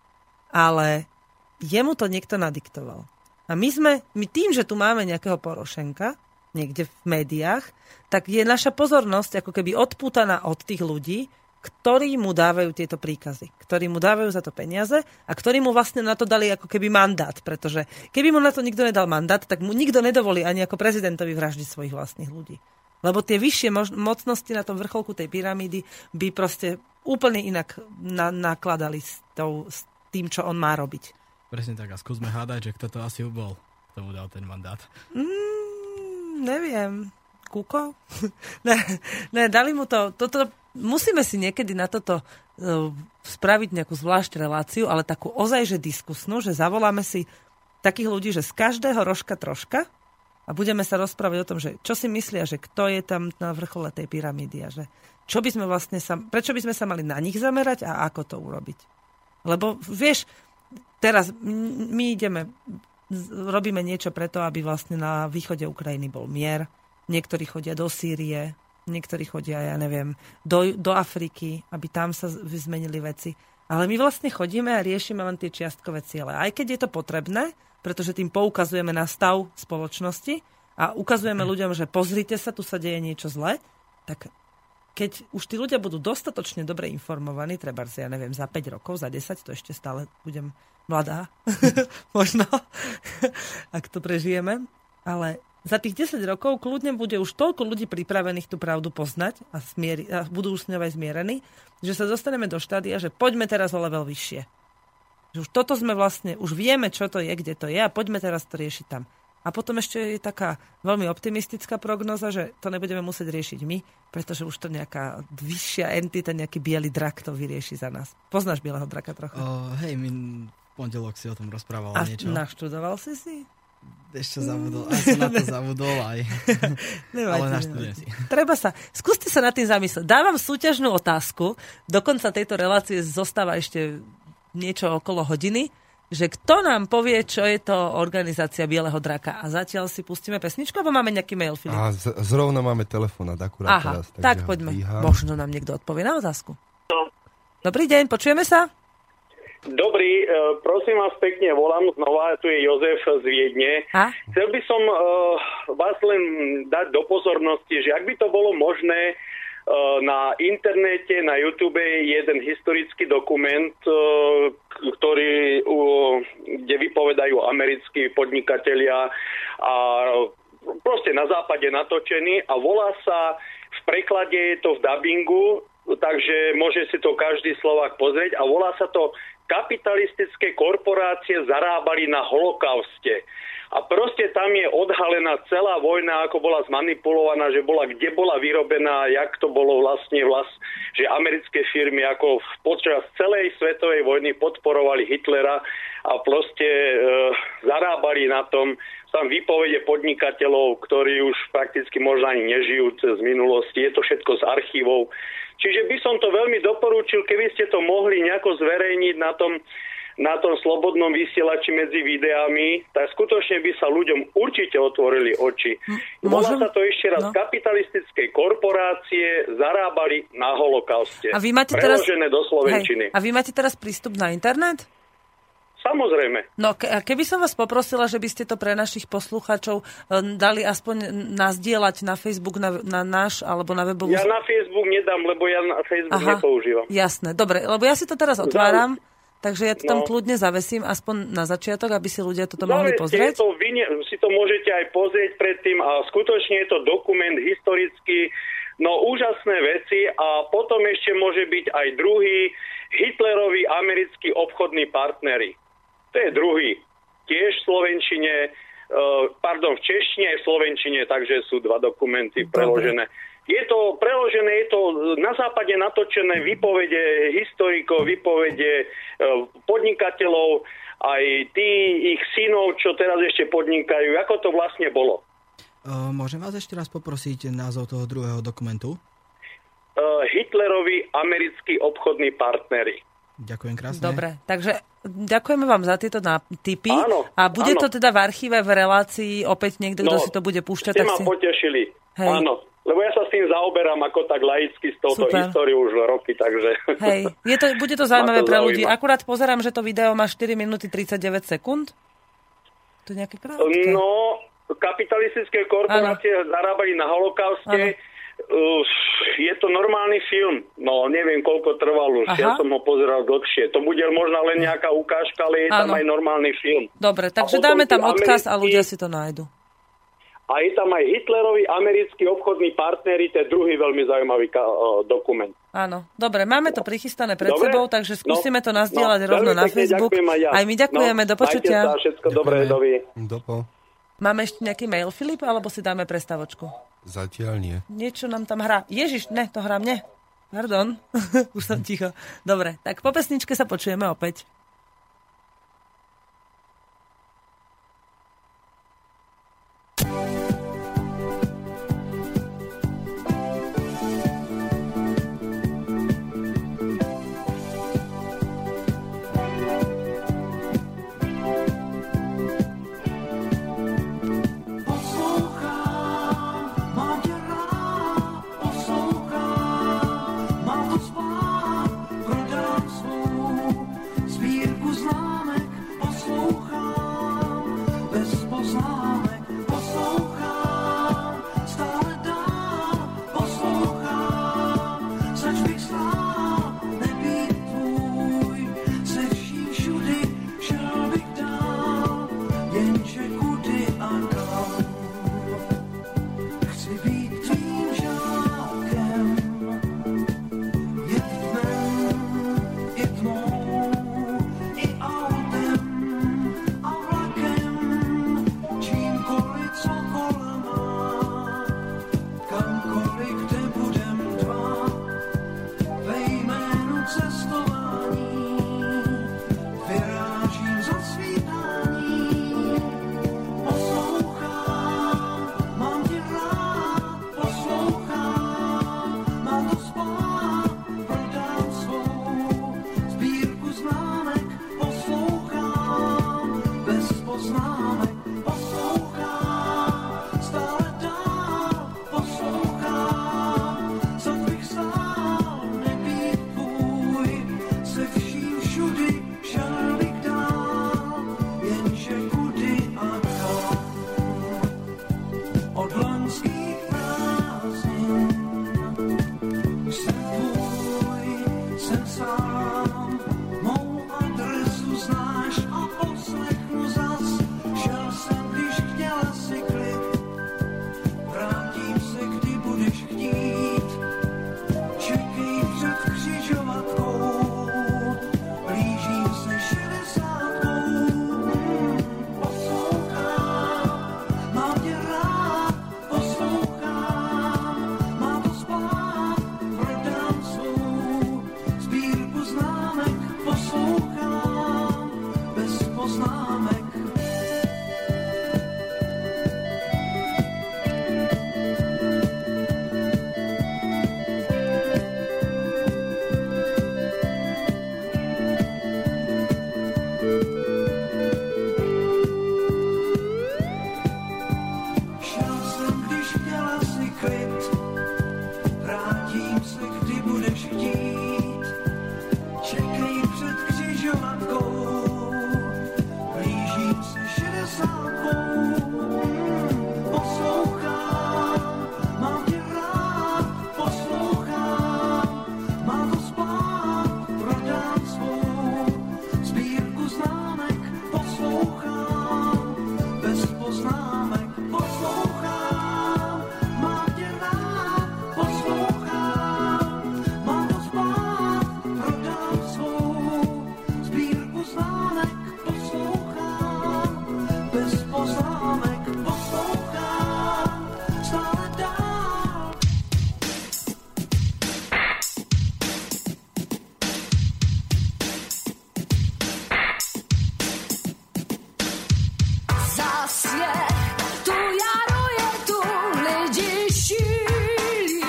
Speaker 2: Ale jemu to niekto nadiktoval. A my tým, že tu máme nejakého Porošenka, niekde v médiách, tak je naša pozornosť ako keby odpútaná od tých ľudí, ktorí mu dávajú tieto príkazy, ktorí mu dávajú za to peniaze a ktorí mu vlastne na to dali ako keby mandát, pretože keby mu na to nikto nedal mandát, tak mu nikto nedovolí ani ako prezidentovi vraždiť svojich vlastných ľudí. Lebo tie vyššie mocnosti na tom vrcholku tej pyramídy by proste úplne inak nakladali s tým, čo on má robiť.
Speaker 3: Presne tak, a skúsme hádať, že kto to asi bol, kto mu dal ten mandát.
Speaker 2: Neviem. Kuko? ne, dali mu to. Musíme si niekedy na toto spraviť nejakú zvlášť reláciu, ale takú ozajže diskusnú, že zavoláme si takých ľudí, že z každého rožka troška A budeme sa rozprávať o tom, že čo si myslia, že kto je tam na vrchole tej pyramídy a že čo by sme vlastne prečo by sme sa mali na nich zamerať a ako to urobiť. Lebo vieš, teraz my robíme niečo preto, aby vlastne na východe Ukrajiny bol mier. Niektorí chodia do Sýrie, niektorí chodia, ja neviem, do Afriky, aby tam sa zmenili veci. Ale my vlastne chodíme a riešime len tie čiastkové ciele. Aj keď je to potrebné, pretože tým poukazujeme na stav spoločnosti a ukazujeme ľuďom, že pozrite sa, tu sa deje niečo zlé, tak keď už tí ľudia budú dostatočne dobre informovaní, treba, ja neviem, za 5 rokov, za 10, to ešte stále budem mladá, možno, ak to prežijeme, ale za tých 10 rokov kľudne bude už toľko ľudí pripravených tú pravdu poznať a budú už s ňou aj zmierení, že sa dostaneme do štádia, že poďme teraz o level vyššie. Že už toto sme vlastne, už vieme, čo to je, kde to je a poďme teraz to riešiť tam. A potom ešte je taká veľmi optimistická prognoza, že to nebudeme musieť riešiť my, pretože už to nejaká vyššia entita, nejaký biely drak to vyrieši za nás. Poznáš bieleho draka trochu?
Speaker 3: Hej, v pondelok si o tom rozprával niečo.
Speaker 2: A naštudoval si?
Speaker 3: Ešte zabudol. Aj som na to zabudol aj. Ale naštudujem si.
Speaker 2: Skúste sa nad tým zamyslieť. Dávam súťažnú otázku. Do konca tejto relácie zostáva ešte niečo okolo hodiny, že kto nám povie, čo je to organizácia Bieleho draka. A zatiaľ si pustíme pesničku, alebo máme nejaký mail, Filip?
Speaker 4: Zrovna máme telefonát akurát teraz.
Speaker 2: Tak poďme. Možno nám niekto odpovie na otázku. Dobrý deň, počujeme sa?
Speaker 5: Dobrý, prosím vás pekne, volám znova, tu je Jozef z Viedne. Chcel by som vás len dať do pozornosti, že ak by to bolo možné, na internete, na YouTube je jeden historický dokument, kde vypovedajú americkí podnikatelia a proste na západe natočený a volá sa, v preklade je to v dabingu, takže môže si to každý Slovák pozrieť a volá sa to Kapitalistické korporácie zarábali na holokauste. A proste tam je odhalená celá vojna, ako bola zmanipulovaná, že kde bola vyrobená, jak to bolo že americké firmy ako počas celej svetovej vojny podporovali Hitlera a proste zarábali na tom. Tam výpovede podnikateľov, ktorí už prakticky možno ani nežijú z minulosti. Je to všetko z archívov. Čiže by som to veľmi doporúčil, keby ste to mohli nejako zverejniť na tom slobodnom vysielači medzi videami, tak skutočne by sa ľuďom určite otvorili oči. Volá sa to ešte raz, kapitalistické korporácie zarábali na holokauste.
Speaker 2: A vy máte
Speaker 5: preložené do slovenčiny.
Speaker 2: A vy máte teraz prístup na internet?
Speaker 5: Samozrejme.
Speaker 2: No keby som vás poprosila, že by ste to pre našich poslucháčov dali aspoň nazdieľať na Facebook, na náš, alebo na webovú...
Speaker 5: Ja na Facebook nedám, lebo ja na Facebook nepoužívam.
Speaker 2: Jasné, dobre, lebo ja si to teraz otváram, takže ja to tam kľudne zavesím, aspoň na začiatok, aby si ľudia toto mohli pozrieť.
Speaker 5: Si to môžete aj pozrieť predtým a skutočne je to dokument historický, úžasné veci a potom ešte môže byť aj druhý, Hitlerovi americkí obchodní partneri. To je druhý. Tiež v slovenčine, v češtine aj v slovenčine, takže sú dva dokumenty preložené. Je to preložené, je to na západe natočené výpovede historikov, výpovede podnikateľov, aj tí ich synov, čo teraz ešte podnikajú. Ako to vlastne bolo?
Speaker 3: Môžem vás ešte raz poprosiť názov toho druhého dokumentu?
Speaker 5: Hitlerovi americkí obchodní partneri.
Speaker 3: Ďakujem krásne.
Speaker 2: Dobre, takže ďakujeme vám za tieto tipy.
Speaker 5: Áno,
Speaker 2: a bude to teda v archíve, v relácii opäť niekto, kto si to bude púšťať.
Speaker 5: Ste ma potešili. Hej. Áno, lebo ja sa s tým zaoberám ako tak laicky s touto históriou už roky, takže...
Speaker 2: Hej, bude to zaujímavé pre ľudí. Akurát pozerám, že to video má 4 minúty 39 sekúnd. To je nejaké krátke.
Speaker 5: Kapitalistické korporácie zarábali na holokauste. Je to normálny film. Neviem, koľko trval už. Ja som ho pozeral dlhšie. To bude možno len nejaká ukážka, ale je tam aj normálny film.
Speaker 2: Dobre, takže dáme tam odkaz a ľudia si to nájdu.
Speaker 5: A je tam aj Hitlerovi americkí obchodní partneri, to je druhý veľmi zaujímavý dokument.
Speaker 2: Áno, dobre, máme to prichystané pred sebou, takže skúsime to nazdieľať rovno na Facebook. Aj my ďakujeme, do počutia.
Speaker 5: Majte sa, všetko dobré,
Speaker 4: Dopo.
Speaker 2: Máme ešte nejaký mail, Filip, alebo si dáme prestavočku?
Speaker 4: Zatiaľ nie.
Speaker 2: Niečo nám tam hrá. Ježiš, ne, to hrá mne. Pardon, už som ticho. Dobre, tak po pesničke sa počujeme opäť.
Speaker 6: sám, mou adresu znáš a poslechnu zas. Šel jsem, když chtěla si klid, vrátím se, kdy budeš chtít. Čekej před křižovatkou, blížím se 60. Poslouchám, mám tě rád, poslouchám, mám to spát, prodám svou sbírku známek, poslouchám, bez poznámek. Šel jsem, když chtěla si klid, vrátím se, kdy budeš chtít. Čekej před křižovatkou, blížím se 60. Poslouchám, mám tě rád, poslouchám, mám to spát, prodám svou sbírku známek, poslouchám, bez poznámek, poslouchám, mám tě rád, poslouchám, mám to spát, prodám svou sbírku známek, poslouchám, bez poznámek, poslouchám, stále dál.
Speaker 1: Zas je tu jaro, je tu lidi šílí.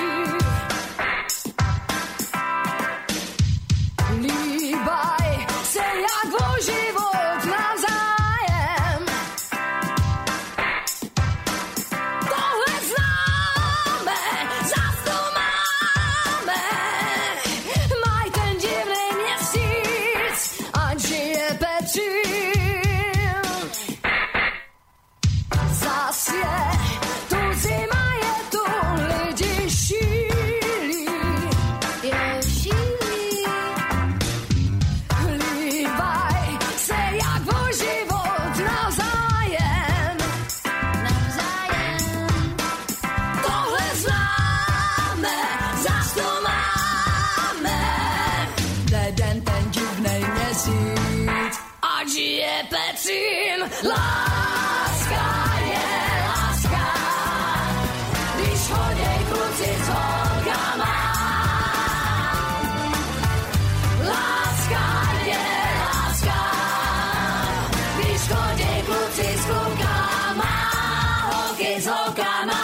Speaker 1: Líbaj se jak o život navzájem. Tohle známe, zas to máme. Maj ten divnej měsíc, ať žije Petřín. Zas je tu zima, je tu lidi šílí. Je šílí. Líbaj se jak o život navzájem. Tohle známe, zas to máme. Jeden ten divnej měsíc, ať žije Petřín. Láska je láska, když choděj kluci s holkama. Láska je láska, když choděj kluci s klukama, holky s holkama.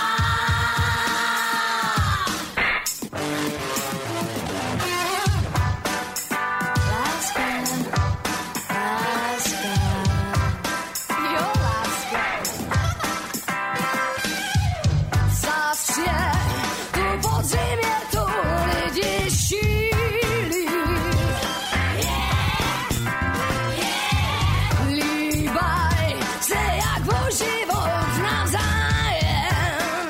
Speaker 1: Láska, láska, jo láska. Zas je tu podzim, je tu lidi šílí. Líbaj se jak o život navzájem.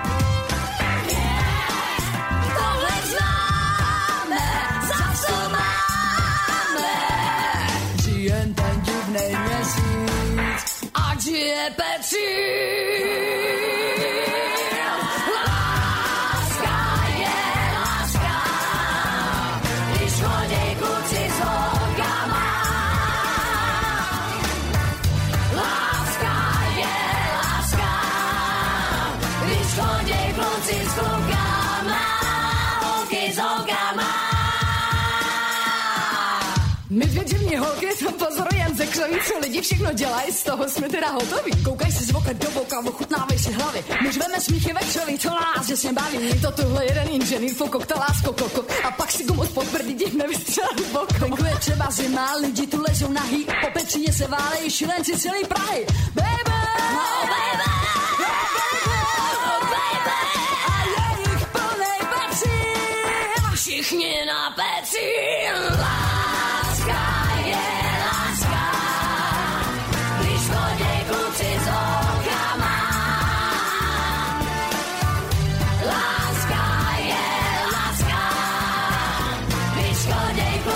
Speaker 1: Tohle známe, zas to máme. Žijem ten divnej měsíc, ať žije Petřín. Láska je láska, když choděj kluci s holkama. Láska je láska, když choděj kluci s klukama, holky s holkama. My dvě divní holky to pozorujem ze křoví, co lidi všechno dělají, z toho jsme teda hotoví. Koukaj si z oka do boka, ochutnávej si hlavy. My žveme smíchy ve křoví, to nás jasně baví. Je to tuhle jeden inženýr, fokokta, lásko, koko. A pak si gumu spod prdí, dích nevystřelí bokom. Venku je třeba zima, lidi tu lezou nahý, po Petříně se válejí šilenci celý Prahy. Baby, oh baby, oh baby, a je jich plnej Petřín, všichni na Petřín. Láska je láska, když choděj kluci s holkama. Láska je láska, když choděj kluci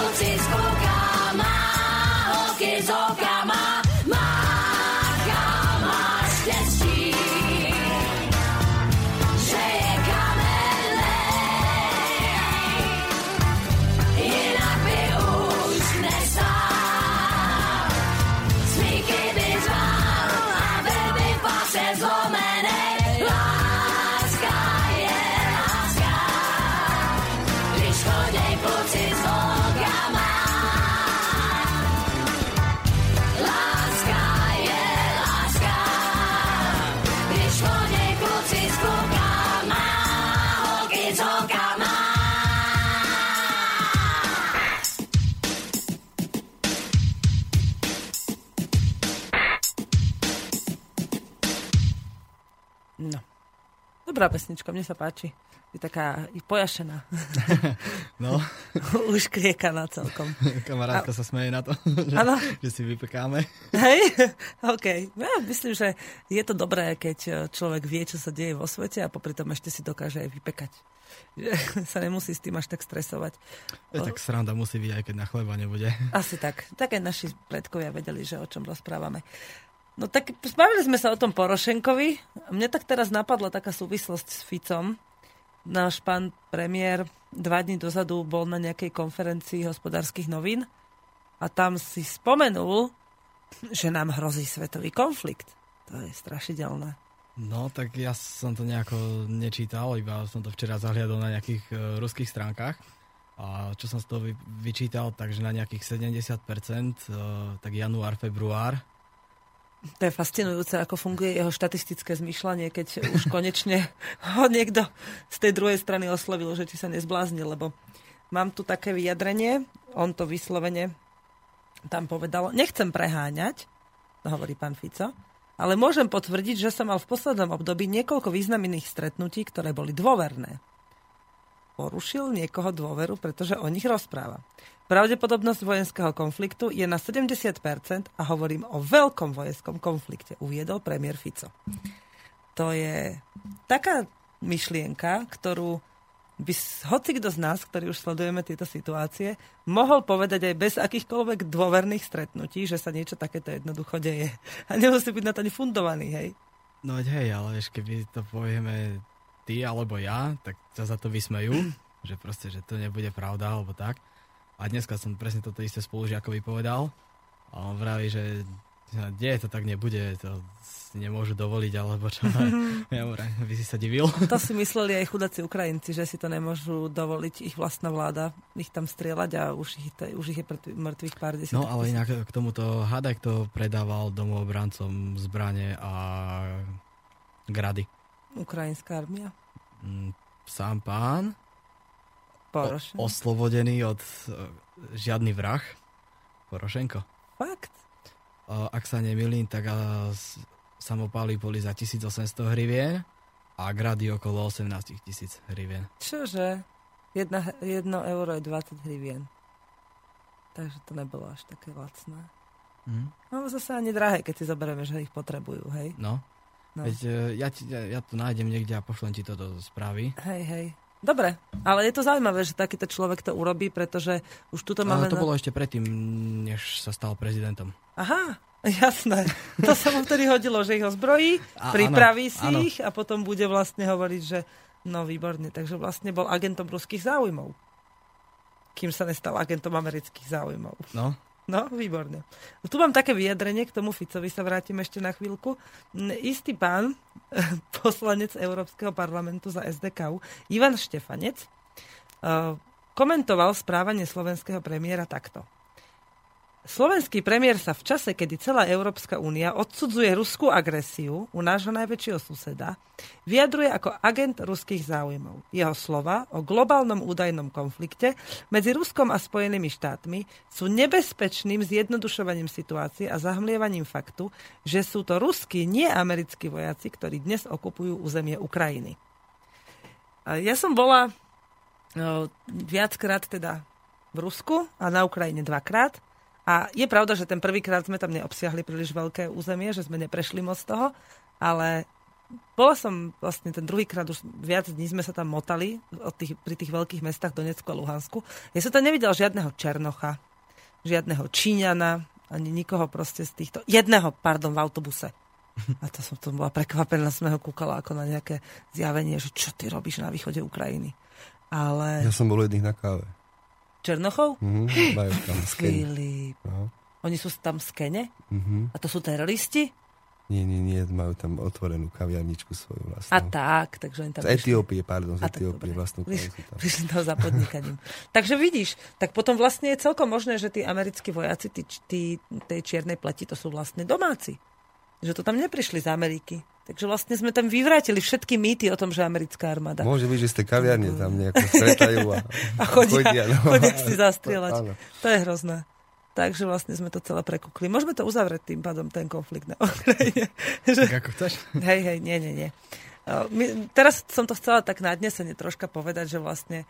Speaker 2: dobrá pesnička, mne sa páči. Je taká pojašená.
Speaker 3: No.
Speaker 2: Už kriekaná celkom.
Speaker 3: Kamarátka sa smeje na to, že si vypekáme.
Speaker 2: Hej, OK. Ja myslím, že je to dobré, keď človek vie, čo sa deje vo svete a popri tom ešte si dokáže aj vypekať. Že sa nemusí s tým až tak stresovať.
Speaker 3: Tak sranda musí byť, aj keď na chleba nebude.
Speaker 2: Asi tak. Tak aj naši predkovia vedeli, že o čom rozprávame. No tak bavili sme sa o tom Porošenkovi. Mne tak teraz napadla taká súvislosť s Ficom. Náš pán premiér 2 dní dozadu bol na nejakej konferencii Hospodárskych novín a tam si spomenul, že nám hrozí svetový konflikt. To je strašidelné.
Speaker 3: No, tak ja som to nejako nečítal, iba som to včera zahliadol na nejakých ruských stránkach. A čo som z toho vyčítal, takže na nejakých 70%, tak január, február.
Speaker 2: To je fascinujúce, ako funguje jeho štatistické zmýšľanie, keď už konečne ho niekto z tej druhej strany oslovil, že či sa nezbláznil, lebo mám tu také vyjadrenie, on to vyslovene tam povedal, nechcem preháňať, to hovorí pán Fico, ale môžem potvrdiť, že som mal v poslednom období niekoľko významných stretnutí, ktoré boli dôverné. Porušil niekoho dôveru, pretože o nich rozpráva. Pravdepodobnosť vojenského konfliktu je na 70% a hovorím o veľkom vojenskom konflikte, uviedol premiér Fico. To je taká myšlienka, ktorú by hocikto z nás, ktorí už sledujeme tieto situácie, mohol povedať aj bez akýchkoľvek dôverných stretnutí, že sa niečo takéto jednoducho deje. A nemusí byť na to ani fundovaný, hej?
Speaker 3: No hej, ale vieš, keby to povieme ty alebo ja, tak sa za to vysmejú, že proste, že to nebude pravda alebo tak. A dneska som presne toto isté spolužiakovi povedal a on vraví, že to tak nebude, to si nemôžu dovoliť, alebo čo. Ja by si sa divil.
Speaker 2: To si mysleli aj chudáci Ukrajinci, že si to nemôžu dovoliť ich vlastná vláda, ich tam strieľať a už ich je mŕtvych pár desiatok.
Speaker 3: No ale inak k tomuto hádaj, kto predával domobrancom zbrane a grady.
Speaker 2: Ukrajinská armia?
Speaker 3: Sám pán
Speaker 2: Porošenko.
Speaker 3: Oslobodený od žiadny vrah. Porošenko.
Speaker 2: Fakt?
Speaker 3: Ak sa nemýlim, tak samopály boli za 1800 hrivien a grady okolo 18 000 hrivien.
Speaker 2: Čože? 1 euro je 20 hrivien. Takže to nebolo až také lacné. No zase ani drahé, keď si zoberieme, že ich potrebujú, hej?
Speaker 3: No. Veď ja to nájdem niekde a pošlem ti to do správy.
Speaker 2: Hej. Dobre, ale je to zaujímavé, že takýto človek to urobí, pretože už tuto máme...
Speaker 3: Ale to bolo ešte predtým, než sa stal prezidentom.
Speaker 2: Aha, jasné. To sa mu vtedy hodilo, že ich ozbrojí, pripraví si ich a potom bude vlastne hovoriť, že no výborne. Takže vlastne bol agentom ruských záujmov. Kým sa nestal agentom amerických záujmov. No, výborne. Tu mám také vyjadrenie, k tomu Ficovi sa vrátim ešte na chvíľku. Istý pán, poslanec Európskeho parlamentu za SDKU, Ivan Štefanec, komentoval správanie slovenského premiéra takto. Slovenský premiér sa v čase, kedy celá Európska únia odsudzuje ruskú agresiu u nášho najväčšieho suseda, vyjadruje ako agent ruských záujmov. Jeho slova o globálnom údajnom konflikte medzi Ruskom a Spojenými štátmi sú nebezpečným zjednodušovaním situácie a zahmlievaním faktu, že sú to ruskí, nie americkí vojaci, ktorí dnes okupujú územie Ukrajiny. Ja som bola viackrát teda v Rusku a na Ukrajine 2-krát. A je pravda, že ten prvýkrát sme tam neobsiahli príliš veľké územie, že sme neprešli moc toho, ale bola som vlastne ten druhýkrát, už viac dní sme sa tam motali pri tých veľkých mestách Donecku a Luhansku. Ja som tam nevidel žiadneho Černocha, žiadneho Číňana, ani nikoho proste z týchto... Jedného, v autobuse. A to som to bola prekvapená, sme ho kúkala ako na nejaké zjavenie, že čo ty robíš na východe Ukrajiny. Ale...
Speaker 4: Ja som bol jedných na káve.
Speaker 2: Černochov?
Speaker 4: Majú tam skene.
Speaker 2: Filip. Oni sú tam v skene? A to sú teroristi?
Speaker 4: Nie, majú tam otvorenú kaviarničku svoju vlastnú.
Speaker 2: A tak, takže oni tam
Speaker 4: z Etiópie vlastnú kaviarničku tam.
Speaker 2: Prišli tam za podnikaním. Takže vidíš, tak potom vlastne je celkom možné, že tí americkí vojaci, tej čiernej pleti, to sú vlastne domáci. Že to tam neprišli z Ameriky. Takže vlastne sme tam vyvrátili všetky mýty o tom, že americká armáda.
Speaker 4: Môže byť, že z tej kaviarne tam nejako stretajú
Speaker 2: a chodia si zastrieľať. To je hrozné. Takže vlastne sme to celé prekúkli. Môžeme to uzavrieť tým pádom, ten konflikt na Ukrajine.
Speaker 3: Tak ako chceš?
Speaker 2: Hej, nie. Teraz som to chcela tak nadnesene troška povedať, že vlastne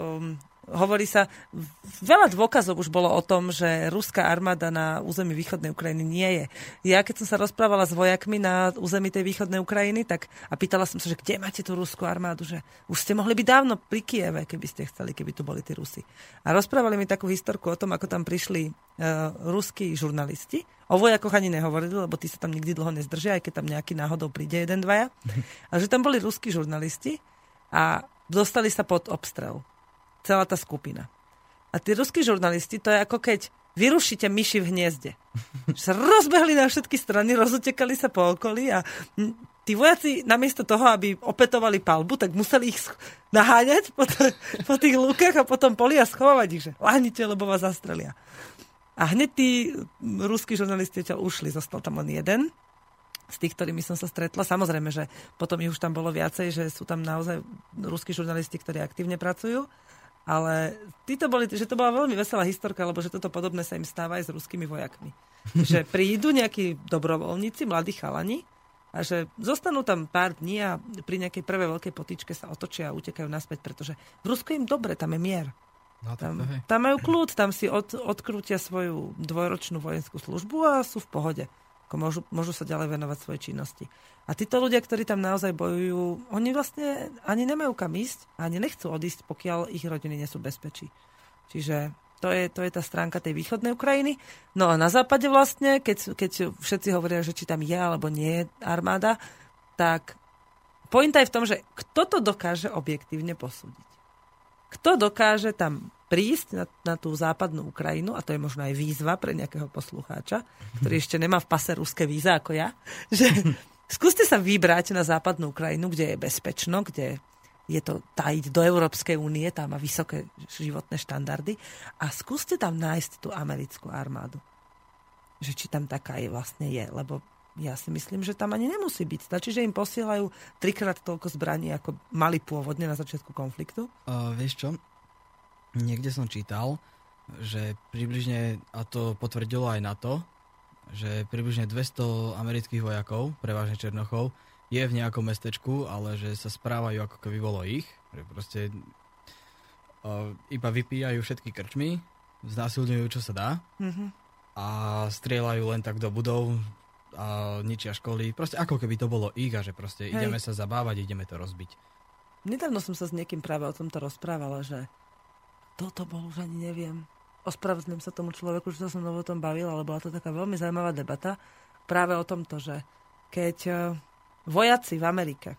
Speaker 2: hovorí sa, veľa dôkazov už bolo o tom, že ruská armáda na území východnej Ukrajiny nie je. Ja keď som sa rozprávala s vojakmi na území tej východnej Ukrajiny, tak a pýtala som sa, že kde máte tú ruskú armádu, že už ste mohli byť dávno pri Kieve, keby ste chceli, keby tu boli tí Rusi. A rozprávali mi takú historku o tom, ako tam prišli ruskí žurnalisti. O vojakoch ani nehovorili, lebo tí sa tam nikdy dlho nezdržia, aj keď tam nejaký náhodou príde jeden, dvaja. A že tam boli ruskí žurnalisti a dostali sa pod obstrel. Celá tá skupina. A tí ruskí žurnalisti, to je ako keď vyrušíte myši v hniezde. Že sa rozbehli na všetky strany, rozutekali sa po okolí a tí vojaci namiesto toho, aby opätovali palbu, tak museli ich naháňať po tých lúkach a potom poli a schovávať ich, že láhnite, lebo vás zastrelia. A hneď tí ruskí žurnalisti ušli, zostal tam len jeden z tých, ktorými som sa stretla. Samozrejme, že potom ich už tam bolo viacej, že sú tam naozaj ruskí žurnalisti, ktorí aktívne pracujú. Ale títo boli, že to bola veľmi veselá historka, lebo že toto podobné sa im stáva aj s ruskými vojakmi. Že prídu nejakí dobrovoľníci, mladí chalani a že zostanú tam pár dní a pri nejakej prvej veľkej potýčke sa otočia a utekajú naspäť, pretože v Rusku im dobre, tam je mier.
Speaker 3: No,
Speaker 2: tam majú kľud, tam si odkrútia svoju dvojročnú vojenskú službu a sú v pohode. Môžu sa ďalej venovať svojej činnosti. A títo ľudia, ktorí tam naozaj bojujú, oni vlastne ani nemajú kam ísť, ani nechcú odísť, pokiaľ ich rodiny nie sú v bezpečí. Čiže to je tá stránka tej východnej Ukrajiny. No a na západe vlastne, keď všetci hovoria, že či tam je alebo nie je armáda, tak pointa je v tom, že kto to dokáže objektívne posúdiť. Kto dokáže tam prísť na tú západnú Ukrajinu, a to je možno aj výzva pre nejakého poslucháča, ktorý ešte nemá v pase ruské víza ako ja, že skúste sa vybrať na západnú Ukrajinu, kde je bezpečno, kde je to tajiť do Európskej únie, tam má vysoké životné štandardy a skúste tam nájsť tú americkú armádu. Že či tam taká vlastne je, lebo ja si myslím, že tam ani nemusí byť. Stačí, že im posielajú 3-krát toľko zbraní, ako mali pôvodne na začiatku konfliktu.
Speaker 3: Vieš čo? Niekde som čítal, že približne, a to potvrdilo aj NATO, že približne 200 amerických vojakov, prevažne Černochov, je v nejakom mestečku, ale že sa správajú ako keby bolo ich, že proste iba vypíjajú všetky krčmy, znásilňujú čo sa dá a strieľajú len tak do budov a ničia školy, proste ako keby to bolo ich a že proste ideme sa zabávať, ideme to rozbiť.
Speaker 2: Nedávno som sa s niekým práve o tomto rozprávala, že toto bol už ani neviem. Ospravedlňujem sa tomu človeku, že sa som o tom bavila, ale bola to taká veľmi zaujímavá debata práve o tomto, že keď vojaci v Amerike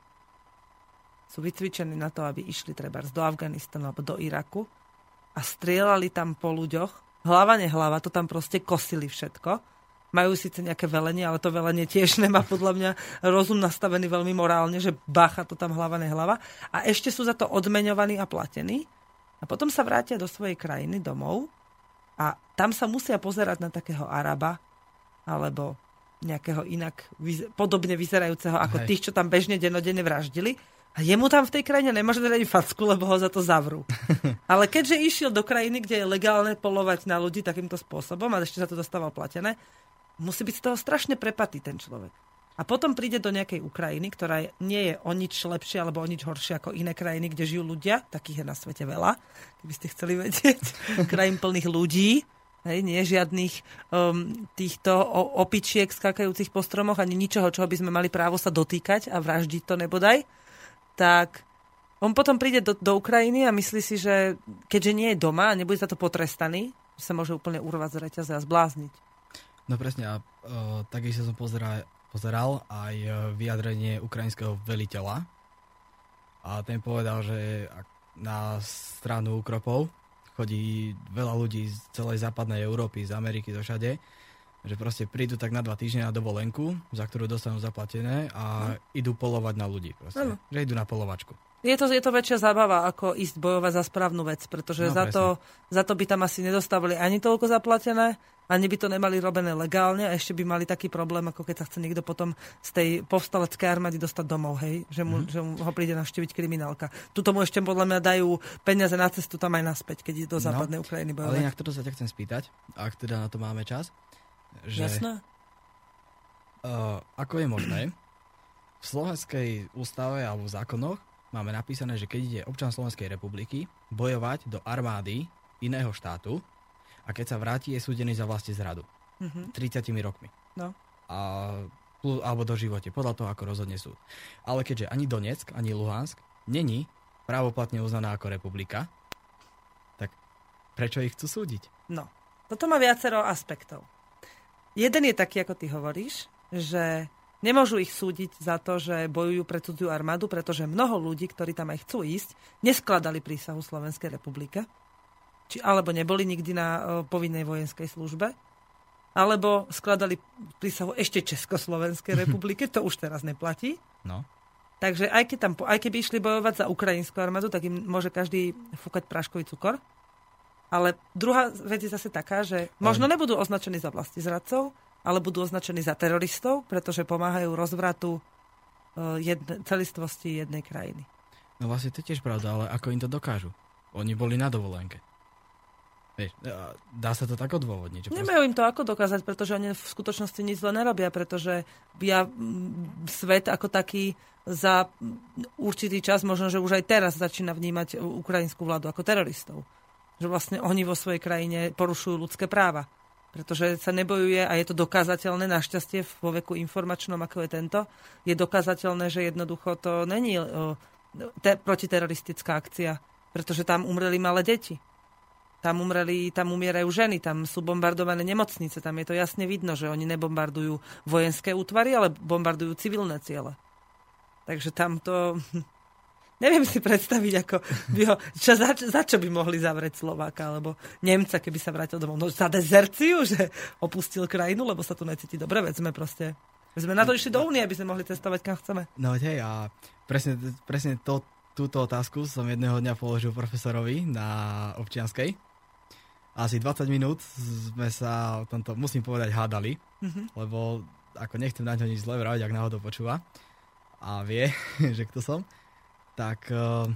Speaker 2: sú vycvičení na to, aby išli trebárs do Afganistanu alebo do Iraku a strieľali tam po ľuďoch, hlava nehlava, to tam proste kosili všetko. Majú síce nejaké velenie, ale to velenie tiež nemá podľa mňa rozum nastavený veľmi morálne, že bacha, to tam hlava nehlava. A ešte sú za to odmeňovaní a platení. A potom sa vrátia do svojej krajiny domov a tam sa musia pozerať na takého Araba alebo nejakého inak podobne vyzerajúceho ako tých, čo tam bežne dennodenne vraždili. A jemu tam v tej krajine nemôže dať facku, lebo ho za to zavrú. Ale keďže išiel do krajiny, kde je legálne polovať na ľudí takýmto spôsobom a ešte sa to dostával platené, musí byť z toho strašne prepatý ten človek. A potom príde do nejakej Ukrajiny, ktorá nie je o nič lepšie alebo o nič horšie ako iné krajiny, kde žijú ľudia. Takých je na svete veľa, keby ste chceli vedieť. Krajín plných ľudí, nie žiadnych týchto opičiek skakajúcich po stromoch, ani ničoho, čoho by sme mali právo sa dotýkať a vraždiť to nebodaj. Tak on potom príde do Ukrajiny a myslí si, že keďže nie je doma a nebude za to potrestaný, sa môže úplne urvať z reťaze a zblázniť.
Speaker 3: No presne, a takisto som pozeral aj vyjadrenie ukrajinského veliteľa a ten povedal, že na stranu Ukropov chodí veľa ľudí z celej západnej Európy, z Ameriky, zo všade, že proste prídu tak na 2 týždne na dovolenku, za ktorú dostanú zaplatené a idú polovať na ľudí. Proste, že idú na polovačku. Je
Speaker 2: to väčšia zábava, ako ísť bojovať za správnu vec, pretože za to by tam asi nedostávali ani toľko zaplatené, ani by to nemali robené legálne a ešte by mali taký problém, ako keď sa chce niekto potom z tej povstaleckej armády dostať domov, hej? Že mu ho príde navštíviť kriminálka. Tuto mu ešte podľa mňa dajú peniaze na cestu tam aj naspäť, keď ide do západnej Ukrajiny bojovať.
Speaker 3: Ale inak toto sa ťa chcem spýtať, ak teda na to máme čas. Že,
Speaker 2: jasné.
Speaker 3: Ako je možné v v Slovenskej ústave alebo v zákonoch máme napísané, že keď ide občan Slovenskej republiky bojovať do armády iného štátu a keď sa vráti, je súdený za vlastizradu. 30 rokmi.
Speaker 2: No.
Speaker 3: Alebo do živote, podľa toho, ako rozhodne súd. Ale keďže ani Donetsk, ani Luhansk není právoplatne uznaná ako republika, tak prečo ich chcú súdiť?
Speaker 2: No, toto má viacero aspektov. Jeden je taký, ako ty hovoríš, že nemôžu ich súdiť za to, že bojujú pre cudziu armádu, pretože mnoho ľudí, ktorí tam aj chcú ísť, neskladali prísahu Slovenskej republike, alebo neboli nikdy na povinnej vojenskej službe, alebo skladali prísahu ešte Československej republike, to už teraz neplatí.
Speaker 3: No.
Speaker 2: Takže aj keby išli bojovať za ukrajinskú armádu, tak im môže každý fúkať práškový cukor. Ale druhá vec je zase taká, že možno nebudú označení za vlastizradcov, ale budú označení za teroristov, pretože pomáhajú rozvratu celistvosti jednej krajiny.
Speaker 3: No vlastne to je tiež pravda, ale ako im to dokážu? Oni boli na dovolenke. Vieš, dá sa to tak odôvodniť?
Speaker 2: Nemajú im to ako dokázať, pretože oni v skutočnosti nič zle nerobia, pretože svet ako taký za určitý čas, možno, že už aj teraz začína vnímať ukrajinskú vládu ako teroristov. Že vlastne oni vo svojej krajine porušujú ľudské práva. Pretože sa nebojuje, a je to dokázateľné, našťastie vo veku informačnom, ako je tento, je dokázateľné, že jednoducho to není protiteroristická akcia, pretože tam umreli malé deti. Tam umierajú ženy, tam sú bombardované nemocnice, tam je to jasne vidno, že oni nebombardujú vojenské útvary, ale bombardujú civilné ciele. Takže tam to... Neviem si predstaviť, ako by ho... Za čo by mohli zavrieť Slováka, alebo Nemca, keby sa vrátil domov. No za dezerciu, že opustil krajinu, lebo sa tu necíti dobre, veď sme na to išli do Únie, aby sme mohli cestovať, kam chceme.
Speaker 3: No hej, a presne túto otázku som jedného dňa položil profesorovi na občianskej. Asi 20 minút sme sa o tomto, musím povedať, hádali, lebo ako nechcem na ňo nič zle vraviť, ak náhodou počúva a vie, že kto som, tak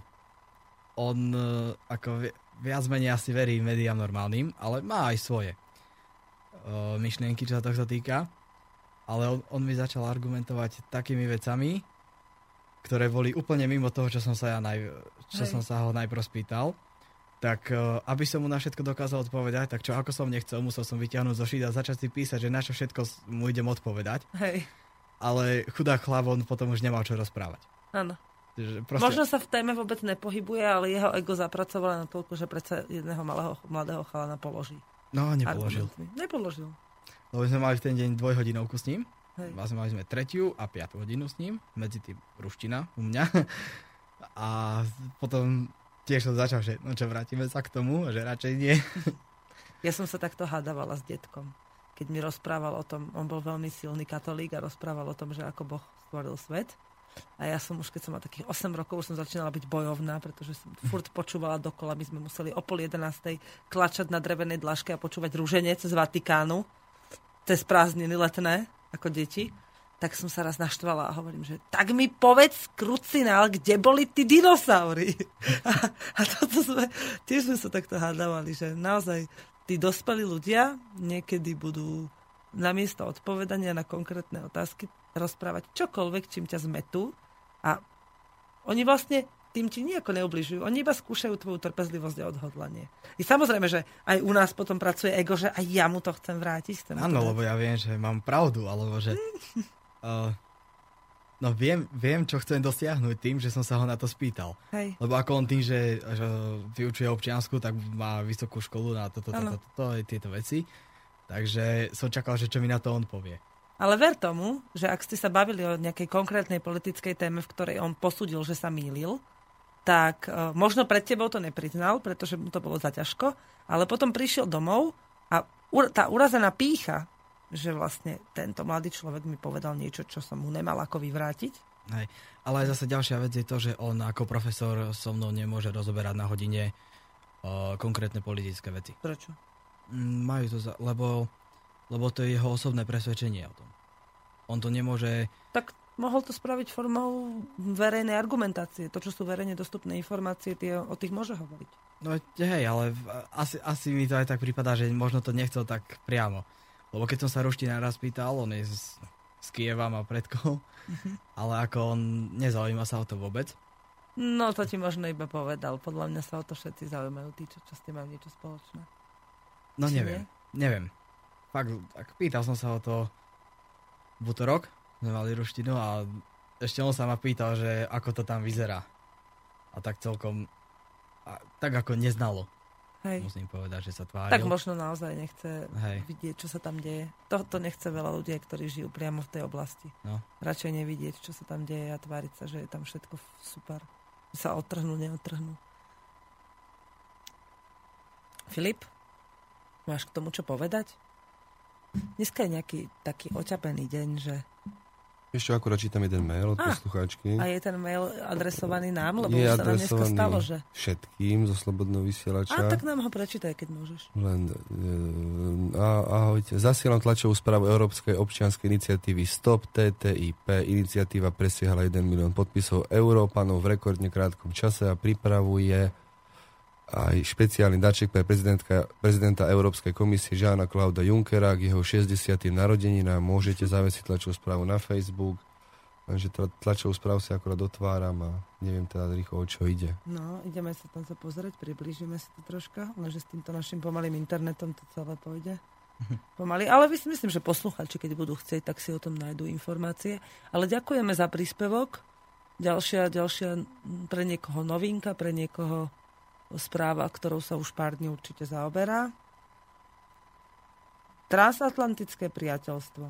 Speaker 3: on ako viac menej asi verí médiám normálnym, ale má aj svoje myšlienky, čo sa tohto týka. Ale on mi začal argumentovať takými vecami, ktoré boli úplne mimo toho, čo som sa ho najprv spýtal. Tak aby som mu na všetko dokázal odpovedať, tak ako som nechcel, musel som vyťahnuť zošit a začať si písať, že na čo všetko mu idem odpovedať.
Speaker 2: Hej.
Speaker 3: Ale chudák chlap, on potom už nemal čo rozprávať.
Speaker 2: Áno.
Speaker 3: Proste...
Speaker 2: Možno sa v téme vôbec nepohybuje, ale jeho ego zapracoval na toľko, že predsa jedného mladého chalana položí.
Speaker 3: No, nepoložil.
Speaker 2: Nepoložil.
Speaker 3: Lebo sme mali v ten deň 2-hodinovku s ním.
Speaker 2: Hej.
Speaker 3: Vlastne mali sme 3. a 5. hodinu s ním. Medzi tým ruština u mňa. A potom tiež som začal, že no čo, vrátime sa k tomu, že radšej nie.
Speaker 2: Ja som sa takto hádavala s detkom. Keď mi rozprával o tom, on bol veľmi silný katolík a rozprával o tom, že ako Boh stvoril svet. A ja som už, keď som mal takých 8 rokov, už som začínala byť bojovná, pretože som furt počúvala dokola. My sme museli o 10:30 klačať na drevenej dlažke a počúvať rúženec z Vatikánu cez prázdniny letné, ako deti. Tak som sa raz naštvala a hovorím, že tak mi povedz, krucinál, kde boli tí dinosaury? A toto tiež sme sa takto hádavali, že naozaj tí dospelí ľudia niekedy budú namiesto odpovedania na konkrétne otázky rozprávať čokoľvek, čím ťa zmetú. A oni vlastne tým ti nejako neubližujú. Oni iba skúšajú tvoju trpezlivosť a odhodlanie. I samozrejme, že aj u nás potom pracuje ego, že aj ja mu to chcem vrátiť.
Speaker 3: Áno, lebo ja viem, že mám pravdu, alebo že... no viem, čo chcem dosiahnuť tým, že som sa ho na to spýtal.
Speaker 2: Hej.
Speaker 3: Lebo ako on tým, že vyučuje občiansku, tak má vysokú školu na tieto veci. Takže som čakal, že čo mi na to on povie.
Speaker 2: Ale ver tomu, že ak ste sa bavili o nejakej konkrétnej politickej téme, v ktorej on posúdil, že sa mýlil, tak možno pred tebou to nepriznal, pretože mu to bolo zaťažko, ale potom prišiel domov a tá urazená pýcha, že vlastne tento mladý človek mi povedal niečo, čo som mu nemal ako vyvrátiť.
Speaker 3: Hej. Ale aj zase ďalšia vec je to, že on ako profesor so mnou nemôže rozoberať na hodine konkrétne politické veci.
Speaker 2: Prečo?
Speaker 3: Majú to lebo to je jeho osobné presvedčenie o tom. On to nemôže... Tak
Speaker 2: mohol to spraviť formou verejnej argumentácie. To, čo sú verejne dostupné informácie, o tých môže hovoriť.
Speaker 3: No hej, ale asi mi to aj tak prípada, že možno to nechcel tak priamo. Lebo keď som sa Ruština raz pýtal, on je z Kieva má predkov, ale ako on nezaujíma sa o to vôbec.
Speaker 2: No to ti možno iba povedal. Podľa mňa sa o to všetci zaujímajú, tí, čo s tým majú niečo spoločné.
Speaker 3: No
Speaker 2: Či
Speaker 3: neviem. Fakt, pýtal som sa o to v utorok, sme mali ruštinu a ešte on sa ma pýtal, že ako to tam vyzerá. A tak celkom, tak ako neznalo.
Speaker 2: Hej.
Speaker 3: Musím povedať, že sa tváril.
Speaker 2: Tak možno naozaj nechce vidieť, čo sa tam deje. To nechce veľa ľudí, ktorí žijú priamo v tej oblasti.
Speaker 3: No.
Speaker 2: Radšej nevidieť, čo sa tam deje a tváriť sa, že je tam všetko super. Sa odtrhnú, neodtrhnú. Filip, máš k tomu čo povedať? Dneska je nejaký taký oťapený deň, že...
Speaker 4: Ešte akurát čítam jeden mail od poslucháčky.
Speaker 2: A je ten mail adresovaný nám? Lebo
Speaker 4: je
Speaker 2: už sa nám dneska stalo, že...
Speaker 4: všetkým zo Slobodného vysielača.
Speaker 2: Tak nám ho prečítaj, keď môžeš.
Speaker 4: Len, ahojte. Zasielam tlačovú správu Európskej občianskej iniciatívy Stop TTIP. Iniciatíva presiahla 1 milión podpisov Európanov v rekordne krátkom čase a pripravuje aj špeciálny darček pre prezidenta Európskej komisie Jeana Clauda Junckera k jeho 60. narodeninám. Môžete zavesiť tlačovú správu na Facebook. Lenže tlačovú správu si akorát otváram a neviem teda rýchlo, o čo ide.
Speaker 2: No, ideme sa tam pozrieť, priblížime si to troška, lenže s týmto našim pomalým internetom to celé pôjde. Pomaly, ale myslím, že posluchači, keď budú chcieť, tak si o tom nájdú informácie. Ale ďakujeme za príspevok. Ďalšia pre niekoho novinka, pre niekoho správa, ktorou sa už pár dní určite zaoberá. Transatlantické priateľstvo.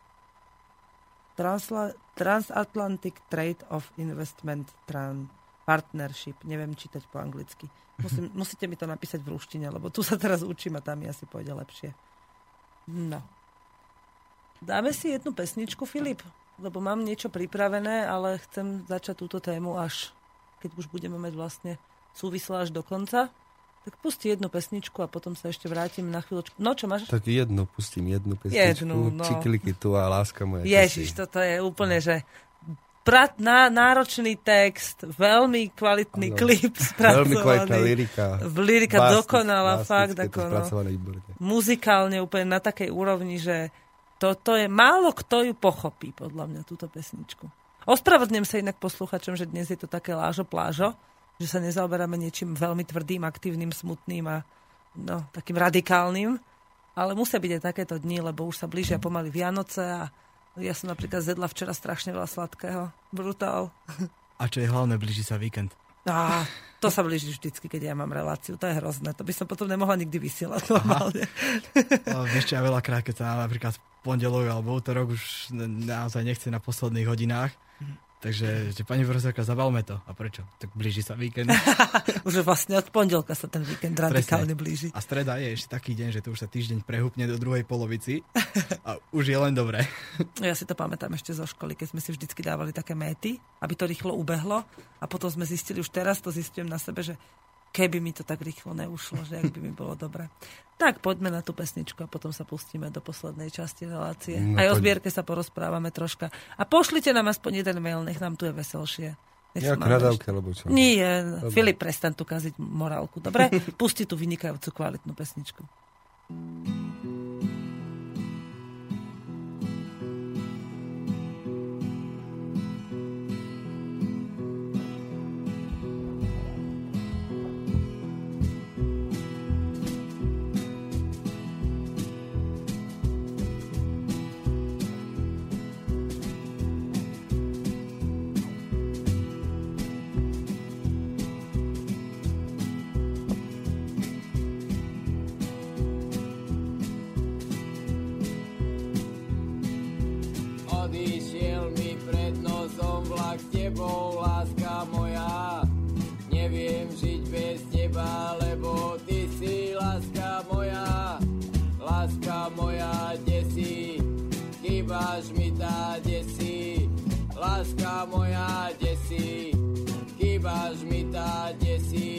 Speaker 2: Transatlantic Trade of Investment Partnership. Neviem čítať po anglicky. Musíte mi to napísať v ruštine, lebo tu sa teraz učím a tam mi asi pôjde lepšie. No. Dáme si jednu pesničku, Filip? Lebo mám niečo pripravené, ale chcem začať túto tému až keď už budeme mať vlastne súvisla až do konca, tak pusti jednu pesničku a potom sa ešte vrátim na chvíľočku. No, čo máš?
Speaker 4: Tak pustím jednu pesničku. Čikliky tu a láska moja.
Speaker 2: Ježiš, toto je úplne, že náročný text, veľmi kvalitný klip spracovaný.
Speaker 4: Veľmi kvalitná lyrika.
Speaker 2: Lyrika dokonala, fakt. Muzikálne úplne na takej úrovni, že toto je, málo kto ju pochopí, podľa mňa, túto pesničku. Ospravedlňujem sa inak posluchačom, že dnes je to také lážo-plážo, že sa nezaoberáme niečím veľmi tvrdým, aktívnym, smutným a takým radikálnym. Ale musia byť aj takéto dni, lebo už sa blížia pomaly Vianoce a ja som napríklad zjedla včera strašne veľa sladkého. Brutál.
Speaker 3: A čo je hlavné, blíži sa víkend.
Speaker 2: To sa blíži vždycky, keď ja mám reláciu. To je hrozné. To by som potom nemohla nikdy vysielať normálne.
Speaker 3: Ešte aj veľakrát, keď sa napríklad v pondelok alebo útorok už naozaj nechce na posledných hodinách. Takže, pani profesorka, zabalme to. A prečo? Tak blíži sa víkend.
Speaker 2: Už vlastne od pondelka sa ten víkend radikálne blíži.
Speaker 3: A streda je ešte taký deň, že to už sa týždeň prehúpne do druhej polovici a už je len dobré.
Speaker 2: Ja si to pamätám ešte zo školy, keď sme si vždycky dávali také méty, aby to rýchlo ubehlo a potom sme zistili, už teraz to zistujem na sebe, že keby mi to tak rýchlo neušlo, že ak by mi bolo dobre. Tak poďme na tú pesničku a potom sa pustíme do poslednej časti relácie. Aj o zbierke sa porozprávame troška. A pošlite nám aspoň jeden mail, nech nám tu je veselšie.
Speaker 4: Nejaké nadávky, alebo čo?
Speaker 2: Nie, Filip, prestaň tu kaziť morálku. Dobre? Pusti tú vynikajúcu kvalitnú pesničku.
Speaker 7: Odišiel mi pred nosom vlak s tebou, láska moja. Neviem žiť bez teba, lebo ty si láska moja. Láska moja, kde si? Chýbaš mi tá, kde si? Láska moja, kde si? Chýbaš mi tá, kde si?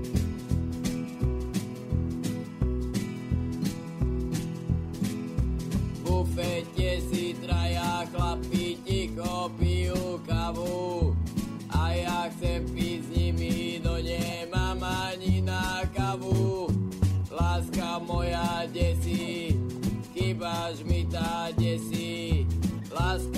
Speaker 7: V bufete si traja chlapi ticho pijú kavu a ja chcem piť s nimi, no nemám ani na kavu. Láska moja, kde si? Chýbaš mi tá, kde si? Láska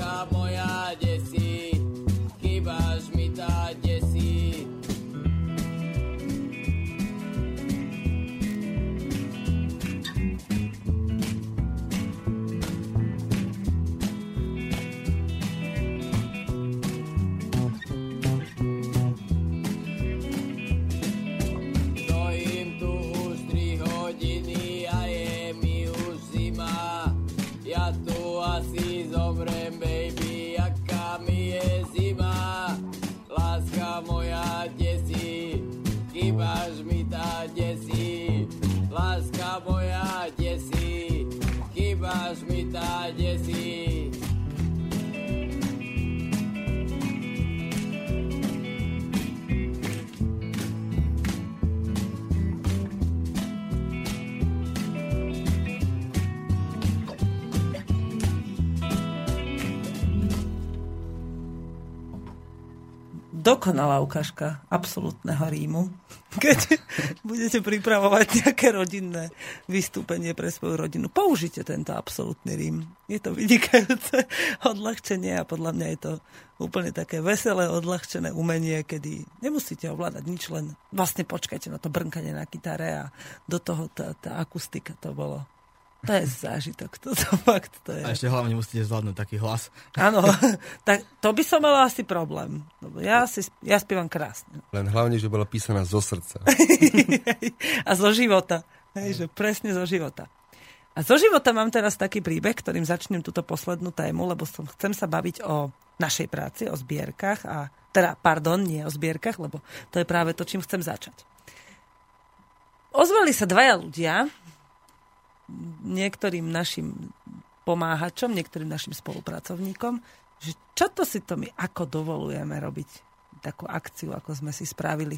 Speaker 2: dokonalá ukážka absolútneho rímu. Keď budete pripravovať nejaké rodinné vystúpenie pre svoju rodinu, použite tento absolútny rím. Je to vynikajúce odľahčenie a podľa mňa je to úplne také veselé, odľahčené umenie, kedy nemusíte ovládať nič, len vlastne počkajte na to brnkanie na kytare a do toho tá akustika, to bolo. To je zážitok, to fakt to je.
Speaker 3: A ešte hlavne musíte zvládnuť taký hlas.
Speaker 2: Áno, tak to by som mala asi problém. Lebo ja spievam krásne.
Speaker 4: Len hlavne, že bola písaná zo srdca.
Speaker 2: A zo života. Hej, že presne zo života. A zo života mám teraz taký príbeh, ktorým začnem túto poslednú tému, lebo chcem sa baviť o našej práci, o zbierkach. Nie o zbierkach, lebo to je práve to, čím chcem začať. Ozvali sa dvaja ľudia, niektorým našim pomáhačom, niektorým našim spolupracovníkom, že čo to si to my ako dovolujeme robiť takú akciu, ako sme spravili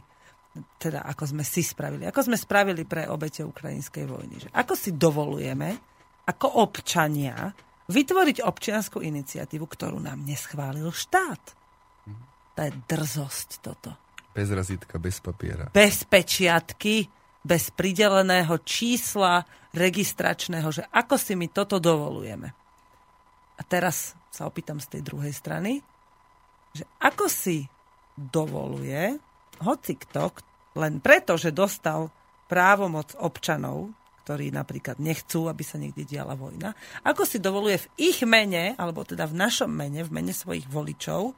Speaker 2: pre obete ukrajinskej vojny. Že ako si dovolujeme, ako občania, vytvoriť občiansku iniciatívu, ktorú nám neschválil štát. To je drzosť toto.
Speaker 4: Bez razítka, bez papiera.
Speaker 2: Bez pečiatky, bez prideleného čísla registračného, že ako si my toto dovolujeme. A teraz sa opýtam z tej druhej strany, že ako si dovoluje hocikto, len preto, že dostal právomoc občanov, ktorí napríklad nechcú, aby sa niekde diala vojna, ako si dovoluje v ich mene, alebo teda v našom mene, v mene svojich voličov,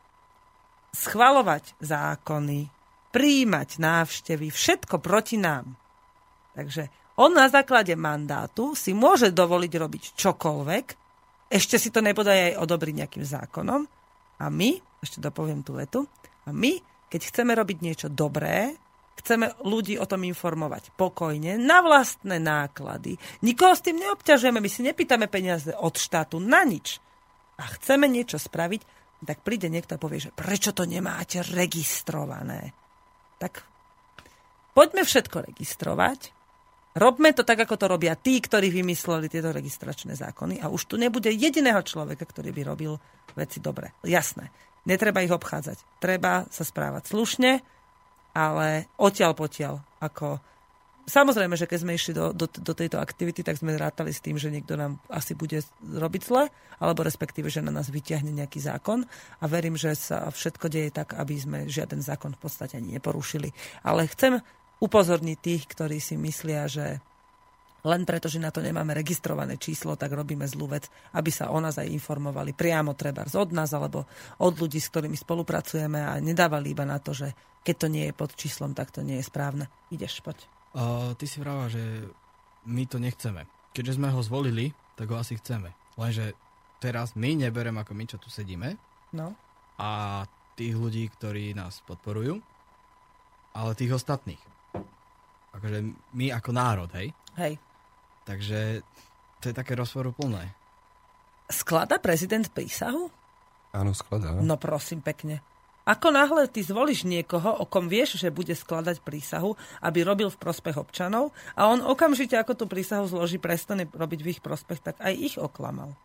Speaker 2: schvaľovať zákony, prijímať návštevy, všetko proti nám. Takže on na základe mandátu si môže dovoliť robiť čokoľvek, ešte si to nepodaje aj odobriť nejakým zákonom. A my, ešte dopoviem tú vetu, a my, keď chceme robiť niečo dobré, chceme ľudí o tom informovať pokojne, na vlastné náklady. Nikoho s tým neobťažujeme, my si nepýtame peniaze od štátu na nič. A chceme niečo spraviť, tak príde niekto a povie, že prečo to nemáte registrované? Tak poďme všetko registrovať. Robme to tak, ako to robia tí, ktorí vymysleli tieto registračné zákony a už tu nebude jediného človeka, ktorý by robil veci dobre. Jasné. Netreba ich obchádzať. Treba sa správať slušne, ale odtiaľ potiaľ. Samozrejme, že keď sme išli do tejto aktivity, tak sme rátali s tým, že niekto nám asi bude robiť zle, alebo respektíve, že na nás vyťahne nejaký zákon a verím, že sa všetko deje tak, aby sme žiaden zákon v podstate ani neporušili. Ale chcem upozorniť tých, ktorí si myslia, že len preto, že na to nemáme registrované číslo, tak robíme zlú vec, aby sa o nás aj informovali priamo trebárs od nás alebo od ľudí, s ktorými spolupracujeme a nedávali iba na to, že keď to nie je pod číslom, tak to nie je správne. Ideš, poď.
Speaker 3: Ty si vravala, že my to nechceme. Keďže sme ho zvolili, tak ho asi chceme. Lenže teraz my neberem ako my, čo tu sedíme.
Speaker 2: No.
Speaker 3: A tých ľudí, ktorí nás podporujú, ale tých ostatných. Akože my ako národ, hej?
Speaker 2: Hej.
Speaker 3: Takže to je také rozporuplné.
Speaker 2: Skladá prezident prísahu?
Speaker 4: Áno, skladá.
Speaker 2: No prosím pekne. Ako náhle ty zvolíš niekoho, o kom vieš, že bude skladať prísahu, aby robil v prospech občanov a on okamžite, ako tú prísahu zloží, prestane robiť v ich prospech, tak aj ich oklamal.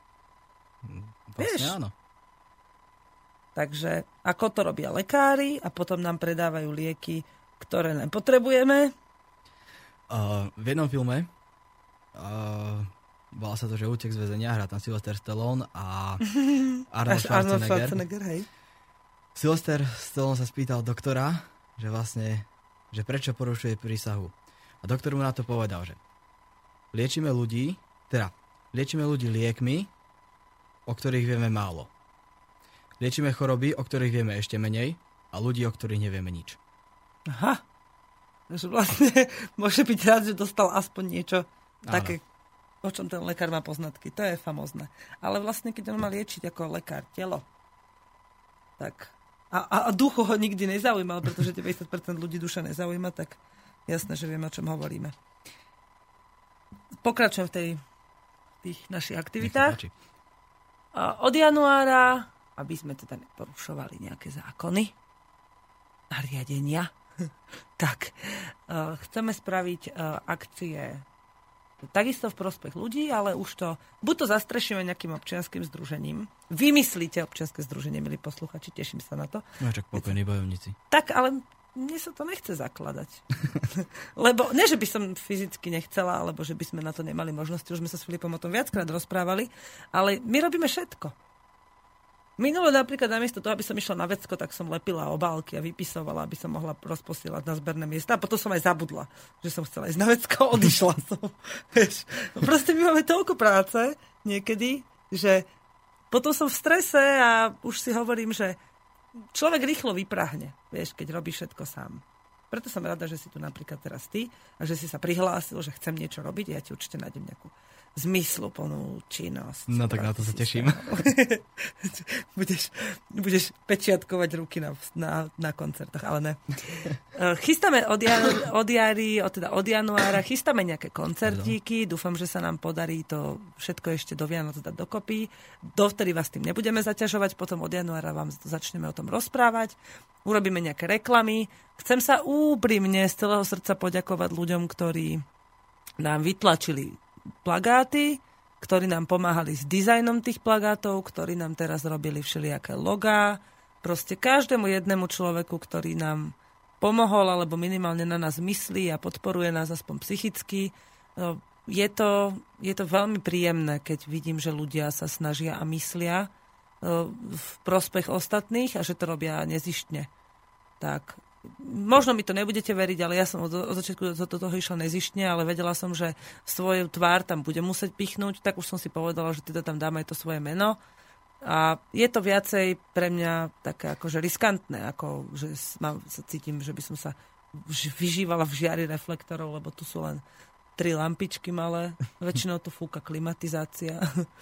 Speaker 3: Vlastne
Speaker 2: vieš?
Speaker 3: Áno.
Speaker 2: Takže ako to robia lekári a potom nám predávajú lieky, ktoré nepotrebujeme.
Speaker 3: V jednom filme volá sa to, že Útek z väzenia, hrá tam Sylvester Stallone a Arnold Schwarzenegger.
Speaker 2: Hej.
Speaker 3: Sylvester Stallone sa spýtal doktora, že prečo porušuje prísahu. A doktor mu na to povedal, že liečíme ľudí liekmi, o ktorých vieme málo. Liečíme choroby, o ktorých vieme ešte menej a ľudí, o ktorých nevieme nič.
Speaker 2: Aha. Takže vlastne môže byť rád, že dostal aspoň niečo také, o čom ten lekár má poznatky. To je famózne. Ale vlastne, keď on má liečiť ako lekár telo, tak a duchu ho nikdy nezaujímal, pretože 90% ľudí duša nezaujíma, tak jasné, že vieme, o čom hovoríme. Pokračujem v tých našich aktivitách. Od januára, aby sme teda neporušovali nejaké zákony, nariadenia, tak chceme spraviť akcie takisto v prospech ľudí, ale už to, buď to zastrešíme nejakým občianskym združením, vymyslíte občianske združenie, milí posluchači, teším sa na to.
Speaker 3: No čak pokojní bojovníci.
Speaker 2: Tak, ale mne sa to nechce zakladať. Lebo, nie, že by som fyzicky nechcela, alebo že by sme na to nemali možnosti, už sme sa s Filipom o tom viackrát rozprávali, ale my robíme všetko. Minule napríklad namiesto toho, aby som išla na vecko, tak som lepila obálky a vypisovala, aby som mohla rozposielať na zberné miesta. A potom som aj zabudla, že som chcela ísť na vecko, odišla som. Vieš, proste my máme toľko práce niekedy, že potom som v strese a už si hovorím, že človek rýchlo vyprahne, vieš, keď robí všetko sám. Preto som rada, že si tu napríklad teraz ty a že si sa prihlásil, že chcem niečo robiť. Ja ti určite nájdem nejakú zmysluplnú činnosť.
Speaker 3: No tak na to sa teším.
Speaker 2: budeš pečiatkovať ruky na koncertoch, ale ne. Chystáme od januára, chystáme nejaké koncertíky, dúfam, že sa nám podarí to všetko ešte do Vianoc dať dokopy. Dovtedy vás tým nebudeme zaťažovať, potom od januára vám začneme o tom rozprávať. Urobíme nejaké reklamy. Chcem sa úprimne z celého srdca poďakovať ľuďom, ktorí nám vytlačili plagáty, ktorí nám pomáhali s dizajnom tých plagátov, ktorí nám teraz robili všelijaké logá. Proste každému jednému človeku, ktorý nám pomohol, alebo minimálne na nás myslí a podporuje nás aspoň psychicky. Je to veľmi príjemné, keď vidím, že ľudia sa snažia a myslia v prospech ostatných a že to robia nezištne. Tak možno mi to nebudete veriť, ale ja som od začiatku do toho išla nezištne, ale vedela som, že svoju tvár tam budem musieť pichnúť, tak už som si povedala, že teda tam dáme aj to svoje meno. A je to viacej pre mňa také akože riskantné, ako že sa cítim, že by som sa vyžívala v žiari reflektorov, lebo tu sú len 3 lampičky malé, väčšinou tu fúka klimatizácia.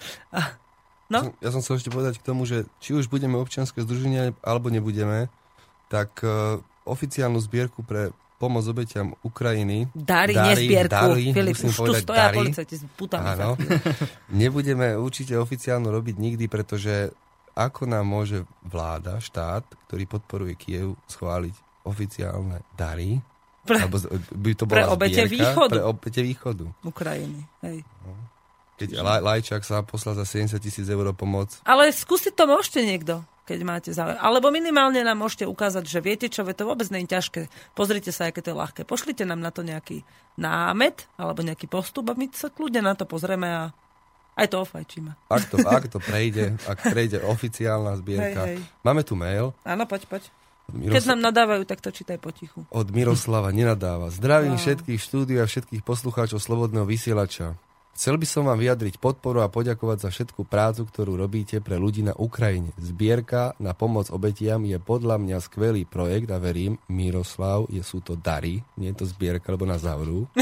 Speaker 2: No?
Speaker 4: Ja som chcel ešte povedať k tomu, že či už budeme občianske združenia, alebo nebudeme, tak oficiálnu zbierku pre pomoc obetiam Ukrajiny.
Speaker 2: Dary, Filip, už tu stoja policajti s putami. Áno.
Speaker 4: Nebudeme určite oficiálnu robiť nikdy, pretože ako nám môže vláda, štát, ktorý podporuje Kyjev, schváliť oficiálne dary? Alebo by to bola zbierka pre obete východu.
Speaker 2: Ukrajiny, hej.
Speaker 4: No. Keď Lajčák sa poslal za 70 000 eur pomoc.
Speaker 2: Ale skúsiť to môžete niekto, keď máte záujem. Alebo minimálne nám môžete ukázať, že viete čo, to vôbec nie je ťažké. Pozrite sa, aké to je ľahké. Pošlite nám na to nejaký námet, alebo nejaký postup a my sa kľudne na to pozrieme a aj to ofajčíme.
Speaker 4: Ak to prejde, ak prejde oficiálna zbierka. Hej. Máme tu mail.
Speaker 2: Áno, poď. Keď nám nadávajú, tak to čítaj potichu.
Speaker 4: Od Miroslava nenadáva. Zdravím všetkých štúdií a všetkých poslucháčov Slobodného vysielača. Chcel by som vám vyjadriť podporu a poďakovať za všetku prácu, ktorú robíte pre ľudí na Ukrajine. Zbierka na pomoc obetiam je podľa mňa skvelý projekt a verím, Miroslav, sú to dary, nie je to zbierka, lebo nás zavrú.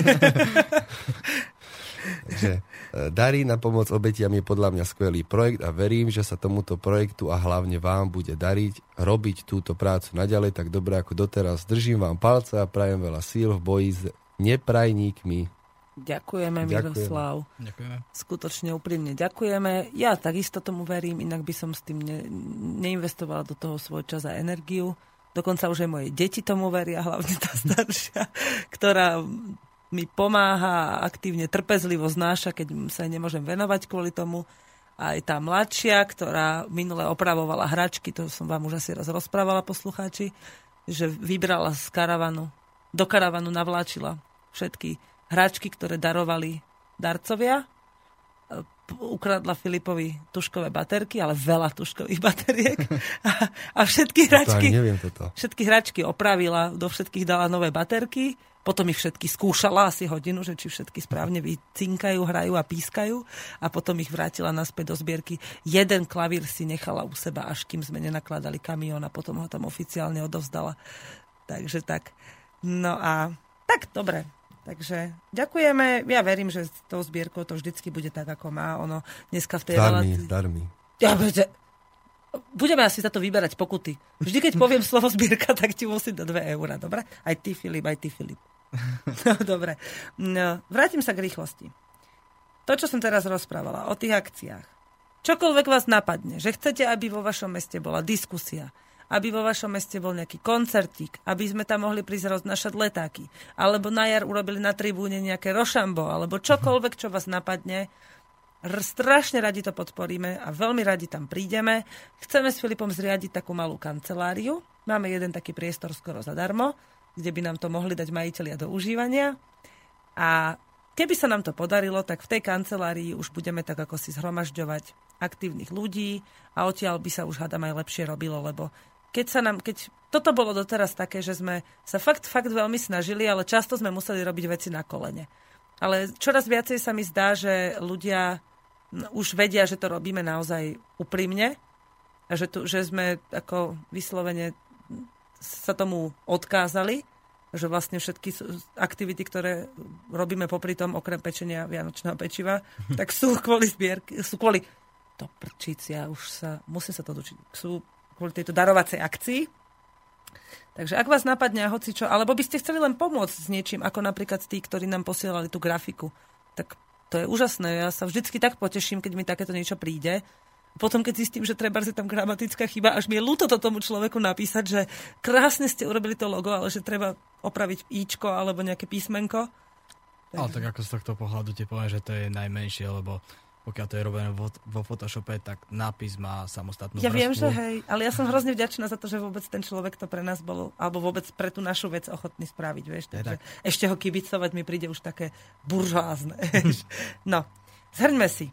Speaker 4: Takže dary na pomoc obetiam je podľa mňa skvelý projekt a verím, že sa tomuto projektu a hlavne vám bude dariť robiť túto prácu naďalej tak dobre ako doteraz. Držím vám palce a prajem veľa síl v boji s neprajníkmi.
Speaker 2: Ďakujeme, Miroslav.
Speaker 3: Ďakujeme.
Speaker 2: Skutočne úprimne ďakujeme. Ja takisto tomu verím, inak by som s tým neinvestovala do toho svoj čas a energiu. Dokonca už aj moje deti tomu veria, hlavne tá staršia, ktorá mi pomáha a aktívne trpezlivo znáša, keď sa nemôžem venovať kvôli tomu. Aj tá mladšia, ktorá minule opravovala hračky, to som vám už asi raz rozprávala, poslucháči, že vybrala z karavanu, do karavanu navláčila všetky hračky, ktoré darovali darcovia. Ukradla Filipovi tuškové baterky, ale veľa tuškových bateriek. A všetky hračky opravila, do všetkých dala nové baterky, potom ich všetky skúšala asi hodinu, že či všetky správne vycinkajú, hrajú a pískajú a potom ich vrátila naspäť do zbierky. Jeden klavír si nechala u seba, až kým sme nenakladali kamión a potom ho tam oficiálne odovzdala. Takže tak. No a tak, dobre. Takže ďakujeme. Ja verím, že s tou zbierkou to vždycky bude tak, ako má. Ono dneska v tej
Speaker 4: Darmi.
Speaker 2: Ja, budeme asi za to vyberať pokuty. Vždy, keď poviem slovo zbierka, tak ti musím do 2 €, dobre? Aj ty, Filip. No, dobre. No, vrátim sa k rýchlosti. To, čo som teraz rozprávala o tých akciách. Čokoľvek vás napadne, že chcete, aby vo vašom meste bola diskusia, aby vo vašom meste bol nejaký koncertík, aby sme tam mohli prísť roznášať letáky, alebo na jar urobili na tribúne nejaké rošambo, alebo čokoľvek, čo vás napadne. Strašne radi to podporíme a veľmi radi tam prídeme. Chceme s Filipom zriadiť takú malú kanceláriu. Máme jeden taký priestor skoro zadarmo, kde by nám to mohli dať majitelia do užívania. A keby sa nám to podarilo, tak v tej kancelárii už budeme tak ako si zhromažďovať aktívnych ľudí a odtiaľ by sa už hádam aj lepšie robilo, lebo keď toto bolo doteraz také, že sme sa fakt veľmi snažili, ale často sme museli robiť veci na kolene. Ale čoraz viacej sa mi zdá, že ľudia už vedia, že to robíme naozaj úprimne a že sme ako vyslovene sa tomu odkázali, že vlastne všetky aktivity, ktoré robíme popri tom, okrem pečenia vianočného pečiva, tak sú kvôli zbierky, sú kvôli to prčícia, musím sa to dočiť, sú kvôli tejto darovacej akcii. Takže ak vás napadne hocičo, alebo by ste chceli len pomôcť s niečím, ako napríklad tí, ktorí nám posielali tú grafiku, tak to je úžasné. Ja sa vždycky tak poteším, keď mi takéto niečo príde. Potom, keď zistím, že treba je tam gramatická chyba, až mi je ľúto to tomu človeku napísať, že krásne ste urobili to logo, ale že treba opraviť íčko alebo nejaké písmenko.
Speaker 3: Ale tak ako z tohto pohľadu ti poviem, že to je najmenšie, lebo pokiaľ to je robené vo Photoshope, tak nápis má samostatnú vrstvu.
Speaker 2: Ja viem, že hej, ale ja som hrozne vďačná za to, že vôbec ten človek to pre nás bol, alebo vôbec pre tú našu vec ochotný spraviť, vieš. Takže ešte ho kibicovať mi príde už také buržoázne. No, zhrňme si.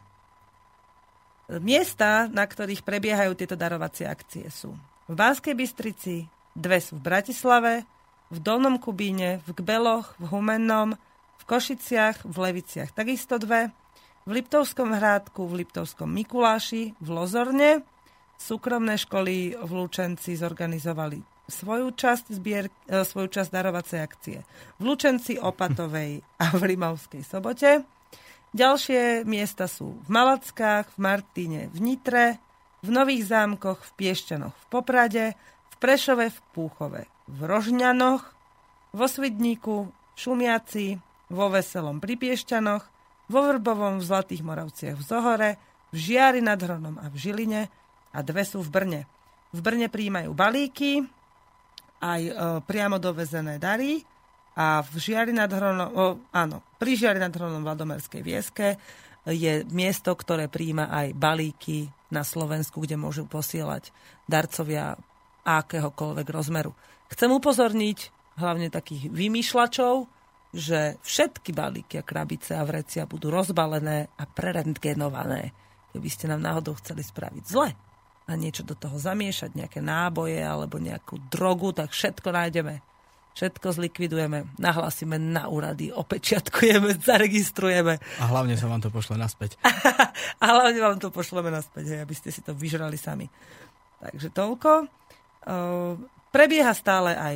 Speaker 2: Miesta, na ktorých prebiehajú tieto darovacie akcie sú v Banskej Bystrici, 2 sú v Bratislave, v Dolnom Kubíne, v Kbeloch, v Humennom, v Košiciach, v Leviciach takisto 2, v Liptovskom Hrádku, v Liptovskom Mikuláši, v Lozorne. Súkromné školy v Lučenci zorganizovali svoju časť darovacej akcie. V Lučenci, Opatovej a v Rimavskej Sobote. Ďalšie miesta sú v Malackách, v Martíne, v Nitre, v Nových Zámkoch, v Piešťanoch, v Poprade, v Prešove, v Púchove, v Rožňanoch, vo Svidníku, v Šumiaci, vo Veselom pri Piešťanoch, vo Vrbovom, v Zlatých Moravciach, v Zohore, v Žiari nad Hronom a v Žiline a 2 sú v Brne. V Brne prijímajú balíky, aj priamo dovezené dary a v Žiari nad Hronom, pri Žiari nad Hronom v Ladomerskej Vieske je miesto, ktoré prijíma aj balíky na Slovensku, kde môžu posielať darcovia akéhokoľvek rozmeru. Chcem upozorniť hlavne takých vymýšľačov, že všetky balíky a krabice a vrecia budú rozbalené a prerentgenované. Keby ste nám náhodou chceli spraviť zle a niečo do toho zamiešať, nejaké náboje alebo nejakú drogu, tak všetko nájdeme. Všetko zlikvidujeme, nahlásime na úrady, opečiatkujeme, zaregistrujeme.
Speaker 3: A hlavne sa vám to pošle naspäť.
Speaker 2: A hlavne vám to pošleme naspäť, hej, aby ste si to vyžrali sami. Takže toľko. Prebieha stále aj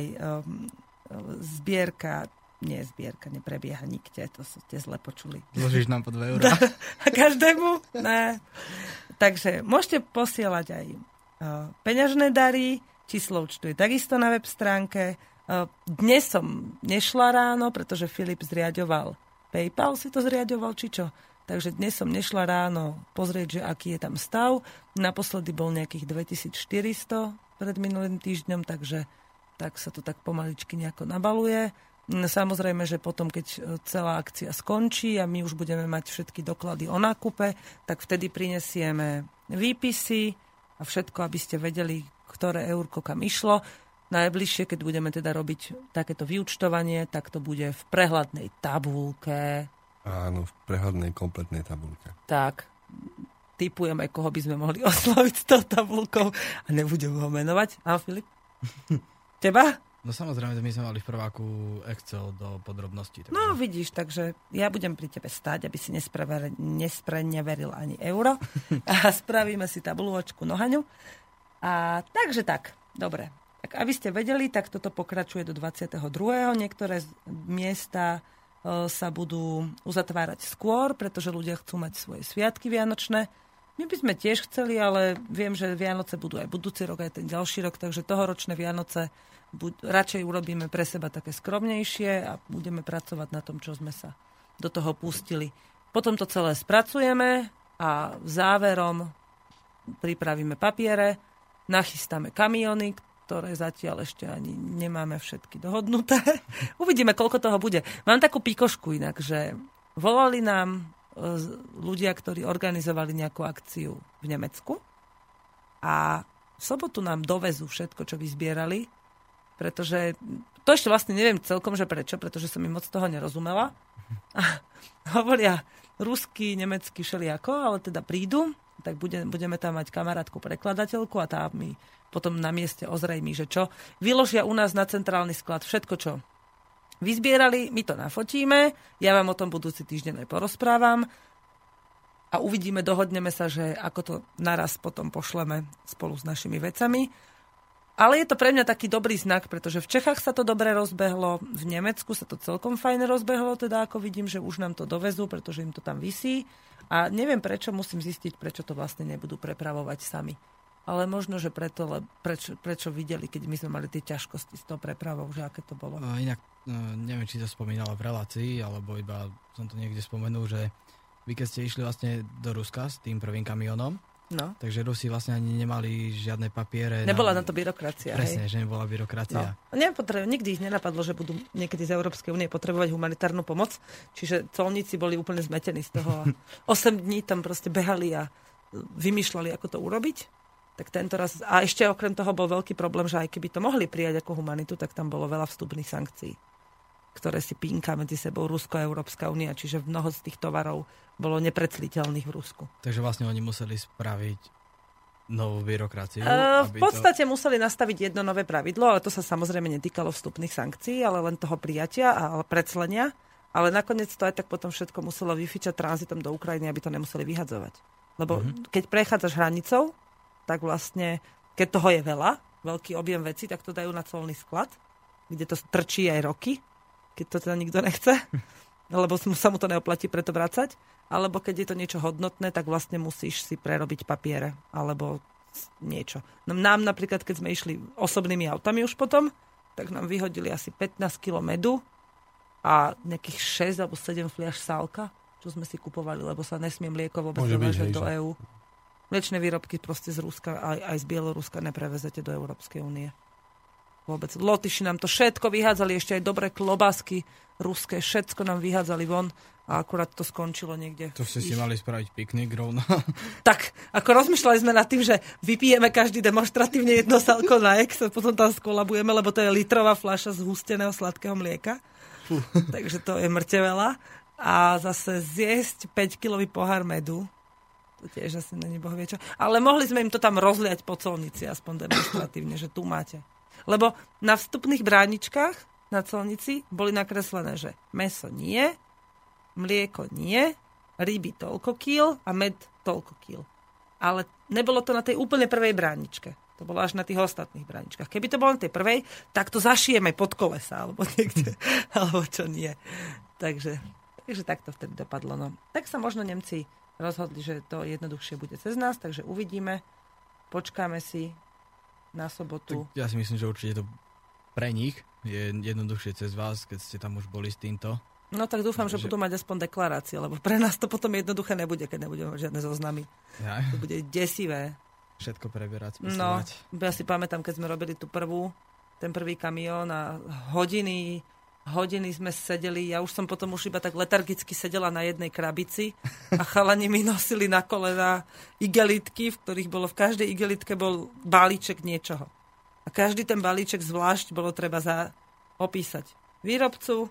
Speaker 2: zbierka, neprebieha nikde, to ste zle počuli.
Speaker 3: Zložíš nám po 2 €?
Speaker 2: A každému? Ne. Takže môžete posielať aj peňažné dary, číslo účtu je takisto na web stránke. Dnes som nešla ráno, pretože Filip zriaďoval PayPal, si to zriaďoval, či čo? Takže dnes som nešla ráno pozrieť, že aký je tam stav. Naposledy bol nejakých 2400 pred minulým týždňom, takže tak sa to tak pomaličky nejako nabaluje. Samozrejme, že potom, keď celá akcia skončí a my už budeme mať všetky doklady o nákupe, tak vtedy prinesieme výpisy a všetko, aby ste vedeli, ktoré eurko kam išlo. Najbližšie, keď budeme teda robiť takéto vyúčtovanie, tak to bude v prehľadnej tabuľke.
Speaker 4: Áno, v prehľadnej kompletnej tabuľke.
Speaker 2: Tak, tipujeme, koho by sme mohli osloviť s tou tabuľkou a nebudem ho menovať. Áno, Filip? Teba?
Speaker 3: No samozrejme, my sme mali v prváku Excel do podrobností. Takže...
Speaker 2: No vidíš, takže ja budem pri tebe stáť, aby si nespreneveril ani euro a spravíme si tabuľočku nohaňu. A takže tak, dobre. Tak aby ste vedeli, tak toto pokračuje do 22. Niektoré miesta sa budú uzatvárať skôr, pretože ľudia chcú mať svoje sviatky vianočné. My by sme tiež chceli, ale viem, že Vianoce budú aj budúci rok, aj ten ďalší rok, takže tohoročné Vianoce radšej urobíme pre seba také skromnejšie a budeme pracovať na tom, čo sme sa do toho pustili. Potom to celé spracujeme a záverom pripravíme papiere, nachystáme kamiony, ktoré zatiaľ ešte ani nemáme všetky dohodnuté. Uvidíme, koľko toho bude. Mám takú pikošku inak, že volali nám ľudia, ktorí organizovali nejakú akciu v Nemecku a v sobotu nám dovezú všetko, čo vyzbierali, pretože to ešte vlastne neviem celkom, že prečo, pretože som im moc toho nerozumela. A hovoria rusky, nemecky, všelijako, ale teda prídu, tak budeme tam mať kamarátku prekladateľku a tá mi potom na mieste ozrejmí, že čo. Vyložia u nás na centrálny sklad všetko, čo vyzbierali, my to nafotíme, ja vám o tom budúci týždeň aj porozprávam a uvidíme, dohodneme sa, že ako to naraz potom pošleme spolu s našimi vecami. Ale je to pre mňa taký dobrý znak, pretože v Čechách sa to dobre rozbehlo, v Nemecku sa to celkom fajne rozbehlo, teda ako vidím, že už nám to dovezú, pretože im to tam visí a neviem prečo, musím zistiť, prečo to vlastne nebudú prepravovať sami. Ale možno, že prečo videli, keď my sme mali tie ťažkosti s tou prepravou, že aké to bolo.
Speaker 3: Inak neviem, či to spomínala v relácii, alebo iba som to niekde spomenul, že vy keď ste išli vlastne do Ruska s tým prvým kamionom, takže Rusi vlastne ani nemali žiadne papiere.
Speaker 2: Nebola na to byrokracia.
Speaker 3: Presne, že nebola byrokracia.
Speaker 2: Nikdy ich nenapadlo, že budú niekedy z Európskej únie potrebovať humanitárnu pomoc, čiže colníci boli úplne zmetení z toho. 8 dní tam proste behali a vymýšľali, ako to urobiť. Tak tento raz, a ešte okrem toho bol veľký problém, že aj keby to mohli prijať ako humanitu, tak tam bolo veľa vstupných sankcií, ktoré si pínka medzi sebou Rusko a Európska únia, čiže mnoho z tých tovarov bolo nepredsliteľných v Rusku.
Speaker 3: Takže vlastne oni museli spraviť novú byrokraciu?
Speaker 2: V podstate museli nastaviť jedno nové pravidlo, ale to sa samozrejme netýkalo vstupných sankcií, ale len toho prijatia a preclenia. Ale nakoniec to aj tak potom všetko muselo vyfičať tranzitom do Ukrajiny, aby to nemuseli vyhadzovať. Lebo keď prechádzaš hranicou, tak vlastne, keď toho je veľa, veľký objem vecí, tak to dajú na colný sklad, kde to trčí aj roky, keď to teda nikto nechce, lebo sa mu to neoplatí preto vracať. Alebo keď je to niečo hodnotné, tak vlastne musíš si prerobiť papiere, alebo niečo. Nám napríklad, keď sme išli osobnými autami už potom, tak nám vyhodili asi 15 kg medu a nejakých 6 alebo 7 fliaš sálka, čo sme si kupovali, lebo sa nesmie mlieko vôbec dovážať do EÚ. Mliečne výrobky proste z Ruska, aj z Bieloruska neprevezete do Európskej únie. Vôbec. Lotyši nám to všetko vyhádzali, ešte aj dobré klobásky ruské, všetko nám vyhádzali von a akurát to skončilo niekde.
Speaker 3: To ste si mali spraviť piknik rovno.
Speaker 2: Tak, ako rozmýšľali sme nad tým, že vypijeme každý demonstratívne jedno sálko na ex a potom tam skolabujeme, lebo to je litrová fľaša z husteného sladkého mlieka. Takže to je mŕte veľa. A zase zjesť 5-kilový pohár medu, to tiež asi není boh vie čo. Ale mohli sme im to tam rozliať po colnici, aspoň demonstratívne, že tu máte. Lebo na vstupných bráničkách na colnici boli nakreslené, že mäso nie, mlieko nie, ryby toľko kýl a med toľko kýl. Ale nebolo to na tej úplne prvej bráničke. To bolo až na tých ostatných bráničkách. Keby to bolo na tej prvej, tak to zašijeme pod kolesa, alebo niekde, alebo čo nie. Takže tak to vtedy dopadlo. No. Tak sa možno Nemci rozhodli, že to jednoduchšie bude cez nás, takže uvidíme. Počkáme si na sobotu.
Speaker 3: Tak ja si myslím, že určite to pre nich je jednoduchšie cez vás, keď ste tam už boli s týmto.
Speaker 2: No tak dúfam, že budú mať aspoň deklarácie, lebo pre nás to potom jednoduché nebude, keď nebudeme mať žiadne zoznamy. Ja. To bude desivé.
Speaker 3: Všetko preberať,
Speaker 2: spisovať. No, ja si pamätám, keď sme robili ten prvý kamión a hodiny sme sedeli, ja už som potom iba tak letargicky sedela na jednej krabici a chalani mi nosili na kolena igelitky, v ktorých bolo, v každej igelitke bol balíček niečoho. A každý ten balíček zvlášť bolo treba opísať výrobcu,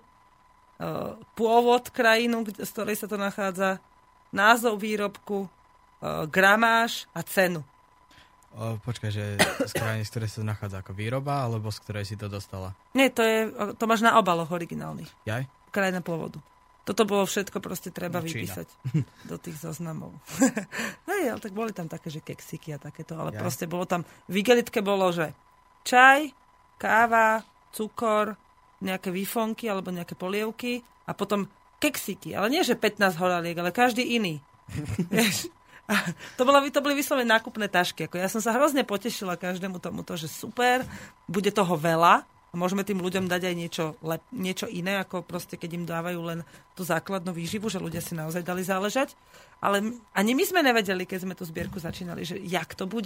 Speaker 2: pôvod krajinu, z ktorej sa to nachádza, názov výrobku, gramáž a cenu.
Speaker 3: Počkaj, že z krajiny, z ktorej sa to nachádza ako výroba, alebo z ktorej si to dostala?
Speaker 2: Nie, to máš na obaloch originálnych.
Speaker 3: Jaj?
Speaker 2: Krajina pôvodu. Toto bolo všetko proste treba vypísať do tých zoznamov. Hej, ale tak boli tam také, že keksiky a takéto, ale proste bolo tam, v igelitke bolo, že čaj, káva, cukor, nejaké výfonky alebo nejaké polievky a potom keksiky, ale nie, že 15 horaliek, ale každý iný. Vieš? To boli vyslovene nákupné tašky. Ja som sa hrozne potešila každému tomuto, že super, bude toho veľa a môžeme tým ľuďom dať aj niečo iné, ako proste keď im dávajú len tú základnú výživu, že ľudia si naozaj dali záležať. Ale ani my sme nevedeli, keď sme tú zbierku začínali, že jak to bude.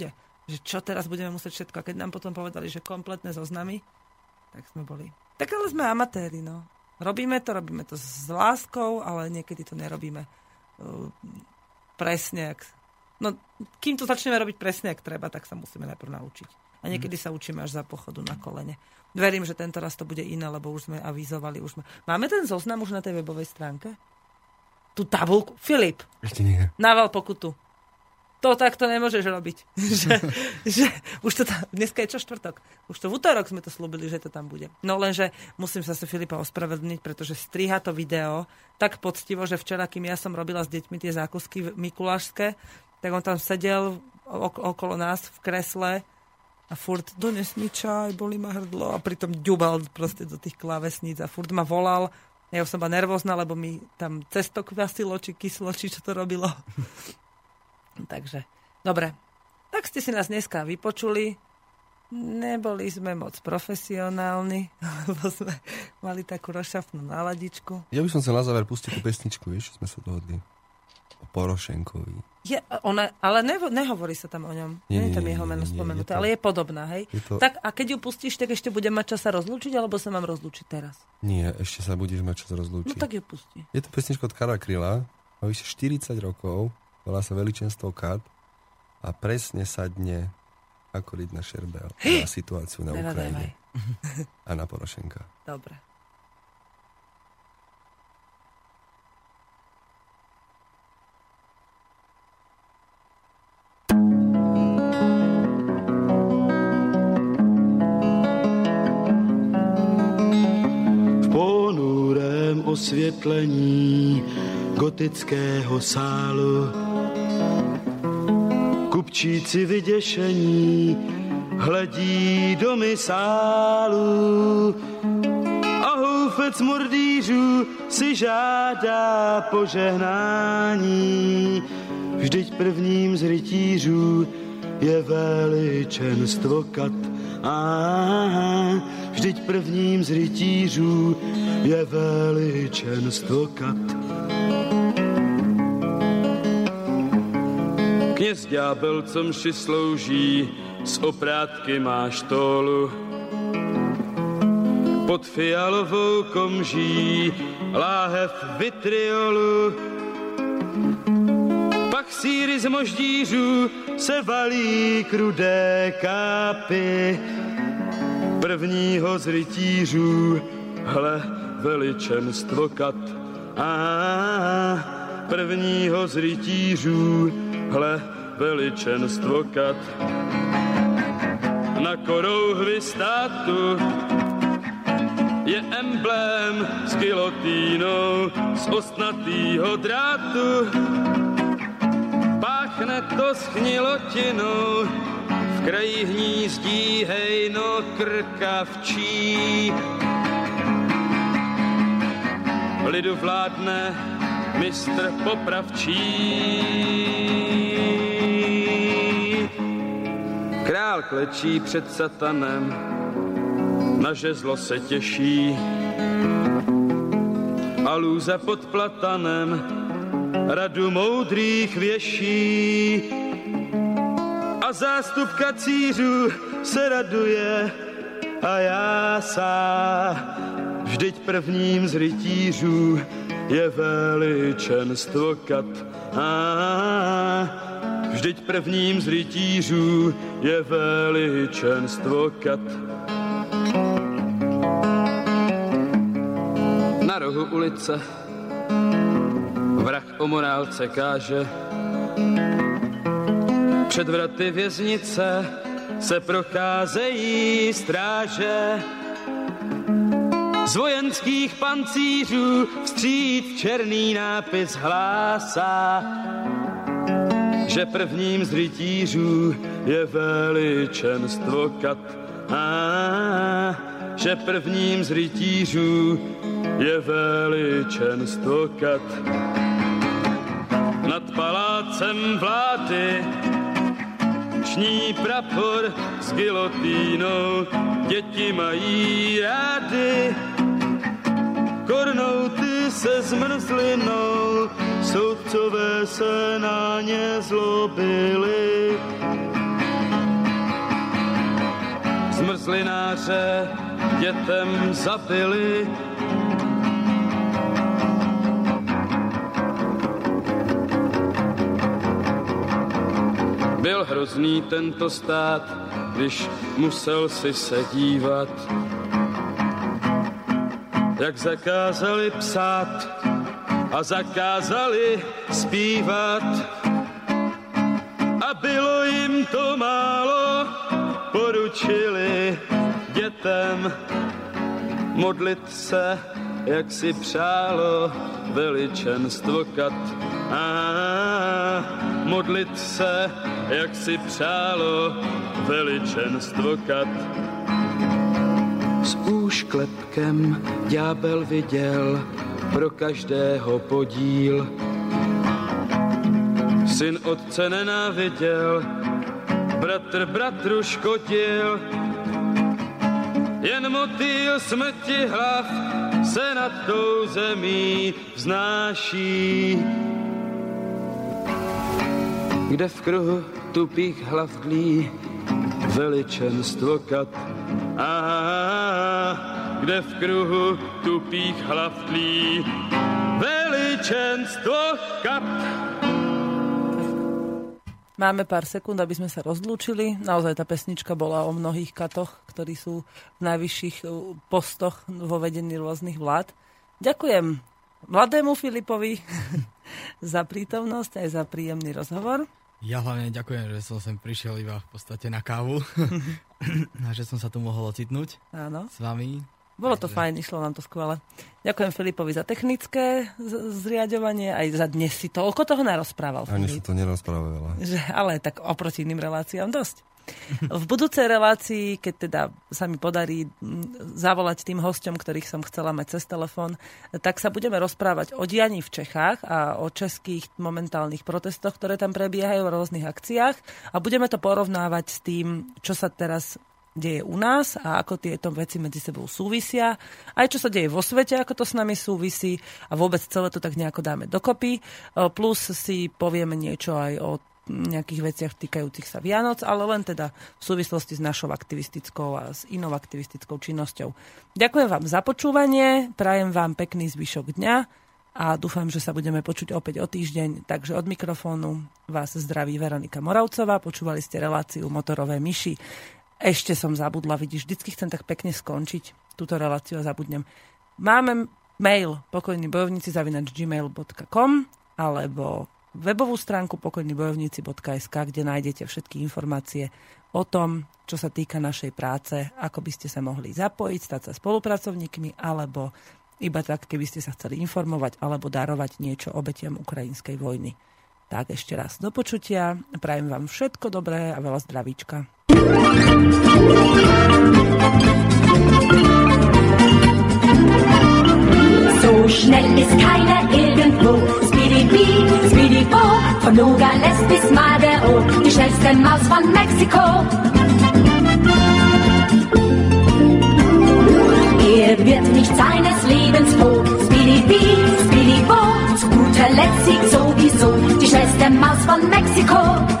Speaker 2: že čo teraz budeme musieť všetko. A keď nám potom povedali, že kompletné zoznamy, tak sme boli. Tak ale sme amatéri, no. Robíme to s láskou, ale niekedy to nerobíme presne, no, kým to začneme robiť presne, ak treba, tak sa musíme najprv naučiť. A niekedy sa učíme až za pochodu na kolene. Verím, že tento raz to bude iné, lebo už sme avizovali. Máme ten zoznam už na tej webovej stránke? Tú tabulku? Filip.
Speaker 4: Ešte nie.
Speaker 2: Nával pokutu. To takto nemôžeš robiť. že už to tam, dneska je čo, štvrtok? Už to v utorok sme to slúbili, že to tam bude. No lenže musím sa Filipa ospravedlniť, pretože striha to video tak poctivo, že včera, kým ja som robila s deťmi tie zákusky mikulášske, tak on tam sedel okolo nás v kresle a furt dones mi čaj, bolí ma hrdlo a pritom ďubal proste do tých klávesníc a furt ma volal. Ja už som bola nervózna, lebo mi tam cesto kvasilo, či kyslo, či čo to robilo. Takže, dobre. Tak ste si nás dneska vypočuli. Neboli sme moc profesionálni, lebo sme mali takú rozšafnú náladičku.
Speaker 4: Ja by som sa na záver pustil tú pesničku, vieš, sme sa dohodli. O Porošenkovi.
Speaker 2: Ale nehovorí sa tam o ňom. Nie je tam jeho meno spomenuté, ale je podobná, hej? Tak a keď ju pustíš, tak ešte budem mať čas sa rozlúčiť, alebo sa mám rozlúčiť teraz?
Speaker 4: Nie, ešte sa budeš mať čas rozlúčiť.
Speaker 2: No tak ju pustí.
Speaker 4: Je to pesnička od Karla Kryla, má vyše 40 rokov, volá sa Veličenstvo kat a presne sadne ako ryť na šerbel na situáciu na Ukrajine a na Porošenka.
Speaker 2: Dobre.
Speaker 8: V ponurém osvětlení gotického sálu kupčíci vyděšení hledí do misálu a houfec mordýřů si žádá požehnání. Vždyť prvním z rytířů je veličenstvo kat. Vždyť prvním z rytířů je veličenstvo kat. Kněz ďábel, co mši slouží, z oprátky má štólu. Pod fialovou komží láhev vitriolu. Pak síry z moždířů se valí krudé kápy. Prvního z rytířů, hle, veličenstvo kat. Prvního z rytířů, hle, veličenstvo kat. Na korouhvi státu je emblém s gilotínou z ostnatýho drátu. Páchne to schnilotinou, v kraji hnízdí hejno krkavčí. Lidu vládne mistr popravčí. Král klečí před satanem, na žezlo se těší. A lůza pod platanem radu moudrých věší. A zástup kacířů se raduje a jásá. Vždyť prvním z rytířů je veličenstvo kat. Vždyť prvním z rytířů je veličenstvo kat. Na rohu ulice vrah o morálce káže. Před vraty věznice se procházejí stráže. Z vojenských pancířů vstříc černý nápis hlásá, že prvním z rytířů je veličenstvo kat. Že prvním z rytířů je veličenstvo kat. Nad palácem vlády ční prapor s gilotínou, děti mají rády. Kornouty se zmrzlinou, soudcové se na ně zlobili. zmrzlináře dětem zabili. Byl hrozný tento stát, když musel si se dívat, jak zakázali psát a zakázali zpívat. A bylo jim to málo, poručili dětem modlit se, jak si přálo veličenstvo kat. Modlit se, jak si přálo veličenstvo kat. S úšklepkem ďábel viděl pro každého podíl. Syn otce nenáviděl, bratr bratru škodil. Jen motýl smrti hlav se nad tou zemí vznáší. Kde v kruhu tupých hlav dlí veličenstvo kat. Kde v kruhu tupých hlav dlí veličenstvo kat.
Speaker 2: Máme pár sekúnd, aby sme sa rozlúčili. Naozaj tá pesnička bola o mnohých katoch, ktorí sú v najvyšších postoch vo vedení rôznych vlád. Ďakujem mladému Filipovi za prítomnosť aj za príjemný rozhovor.
Speaker 3: Ja hlavne ďakujem, že som sem prišiel iba v podstate na kávu a že som sa tu mohol ocitnúť.
Speaker 2: Áno.
Speaker 3: S vami.
Speaker 2: Bolo to fajn, išlo nám to skvelé. Ďakujem Filipovi za technické zriaďovanie, aj za dnes si toľko toho narozprával.
Speaker 4: Ani sa to nerozpráva veľa.
Speaker 2: Ale tak oproti iným reláciám dosť. V budúcej relácii, keď teda sa mi podarí zavolať tým hosťom, ktorých som chcela mať cez telefón, tak sa budeme rozprávať o dianí v Čechách a o českých momentálnych protestoch, ktoré tam prebiehajú v rôznych akciách a budeme to porovnávať s tým, čo sa teraz deje u nás a ako tieto veci medzi sebou súvisia. Aj čo sa deje vo svete, ako to s nami súvisí a vôbec celé to tak nejako dáme dokopy. Plus si povieme niečo aj o nejakých veciach týkajúcich sa Vianoc, ale len teda v súvislosti s našou aktivistickou a s inou aktivistickou činnosťou. Ďakujem vám za počúvanie, prajem vám pekný zvyšok dňa a dúfam, že sa budeme počuť opäť o týždeň. Takže od mikrofónu vás zdraví Veronika Moravcová, počúvali ste reláciu Motorové myši. Ešte som zabudla, vidíš, vždycky chcem tak pekne skončiť túto reláciu a zabudnem. Máme mail pokojnibojovníci@gmail.com alebo webovú stránku pokojnibojovníci.sk, kde nájdete všetky informácie o tom, čo sa týka našej práce, ako by ste sa mohli zapojiť, stať sa spolupracovníkmi, alebo iba tak, keby ste sa chceli informovať alebo darovať niečo obetiam ukrajinskej vojny. Tak ešte raz do počutia, prajem vám všetko dobré a veľa zdravíčka.
Speaker 1: So schnell ist keiner irgendwo. Speedy-Bee, Speedy-Bo, von Nogales bis Madero, die schnellste Maus von Mexiko. Er wird nicht seines Lebens froh. Speedy-Bee, Speedy-Bo, zu guter Letzt siegt sowieso die schnellste Maus von Mexiko.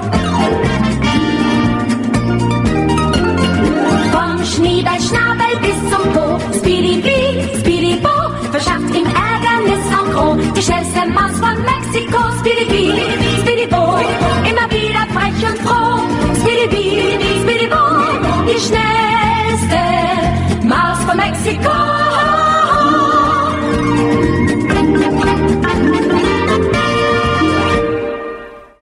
Speaker 1: Vom Schniedelschnabel bis zum Po, Speedy-Bee, Speedy-Bo, verschafft ihm Ärgernis en gros. Die schnellste Maus von Mexiko, Speedy-Bee, Speedy-Bo, immer wieder frech und froh. Speedy-Bee, Speedy-Bo, die schnellste Maus von Mexiko.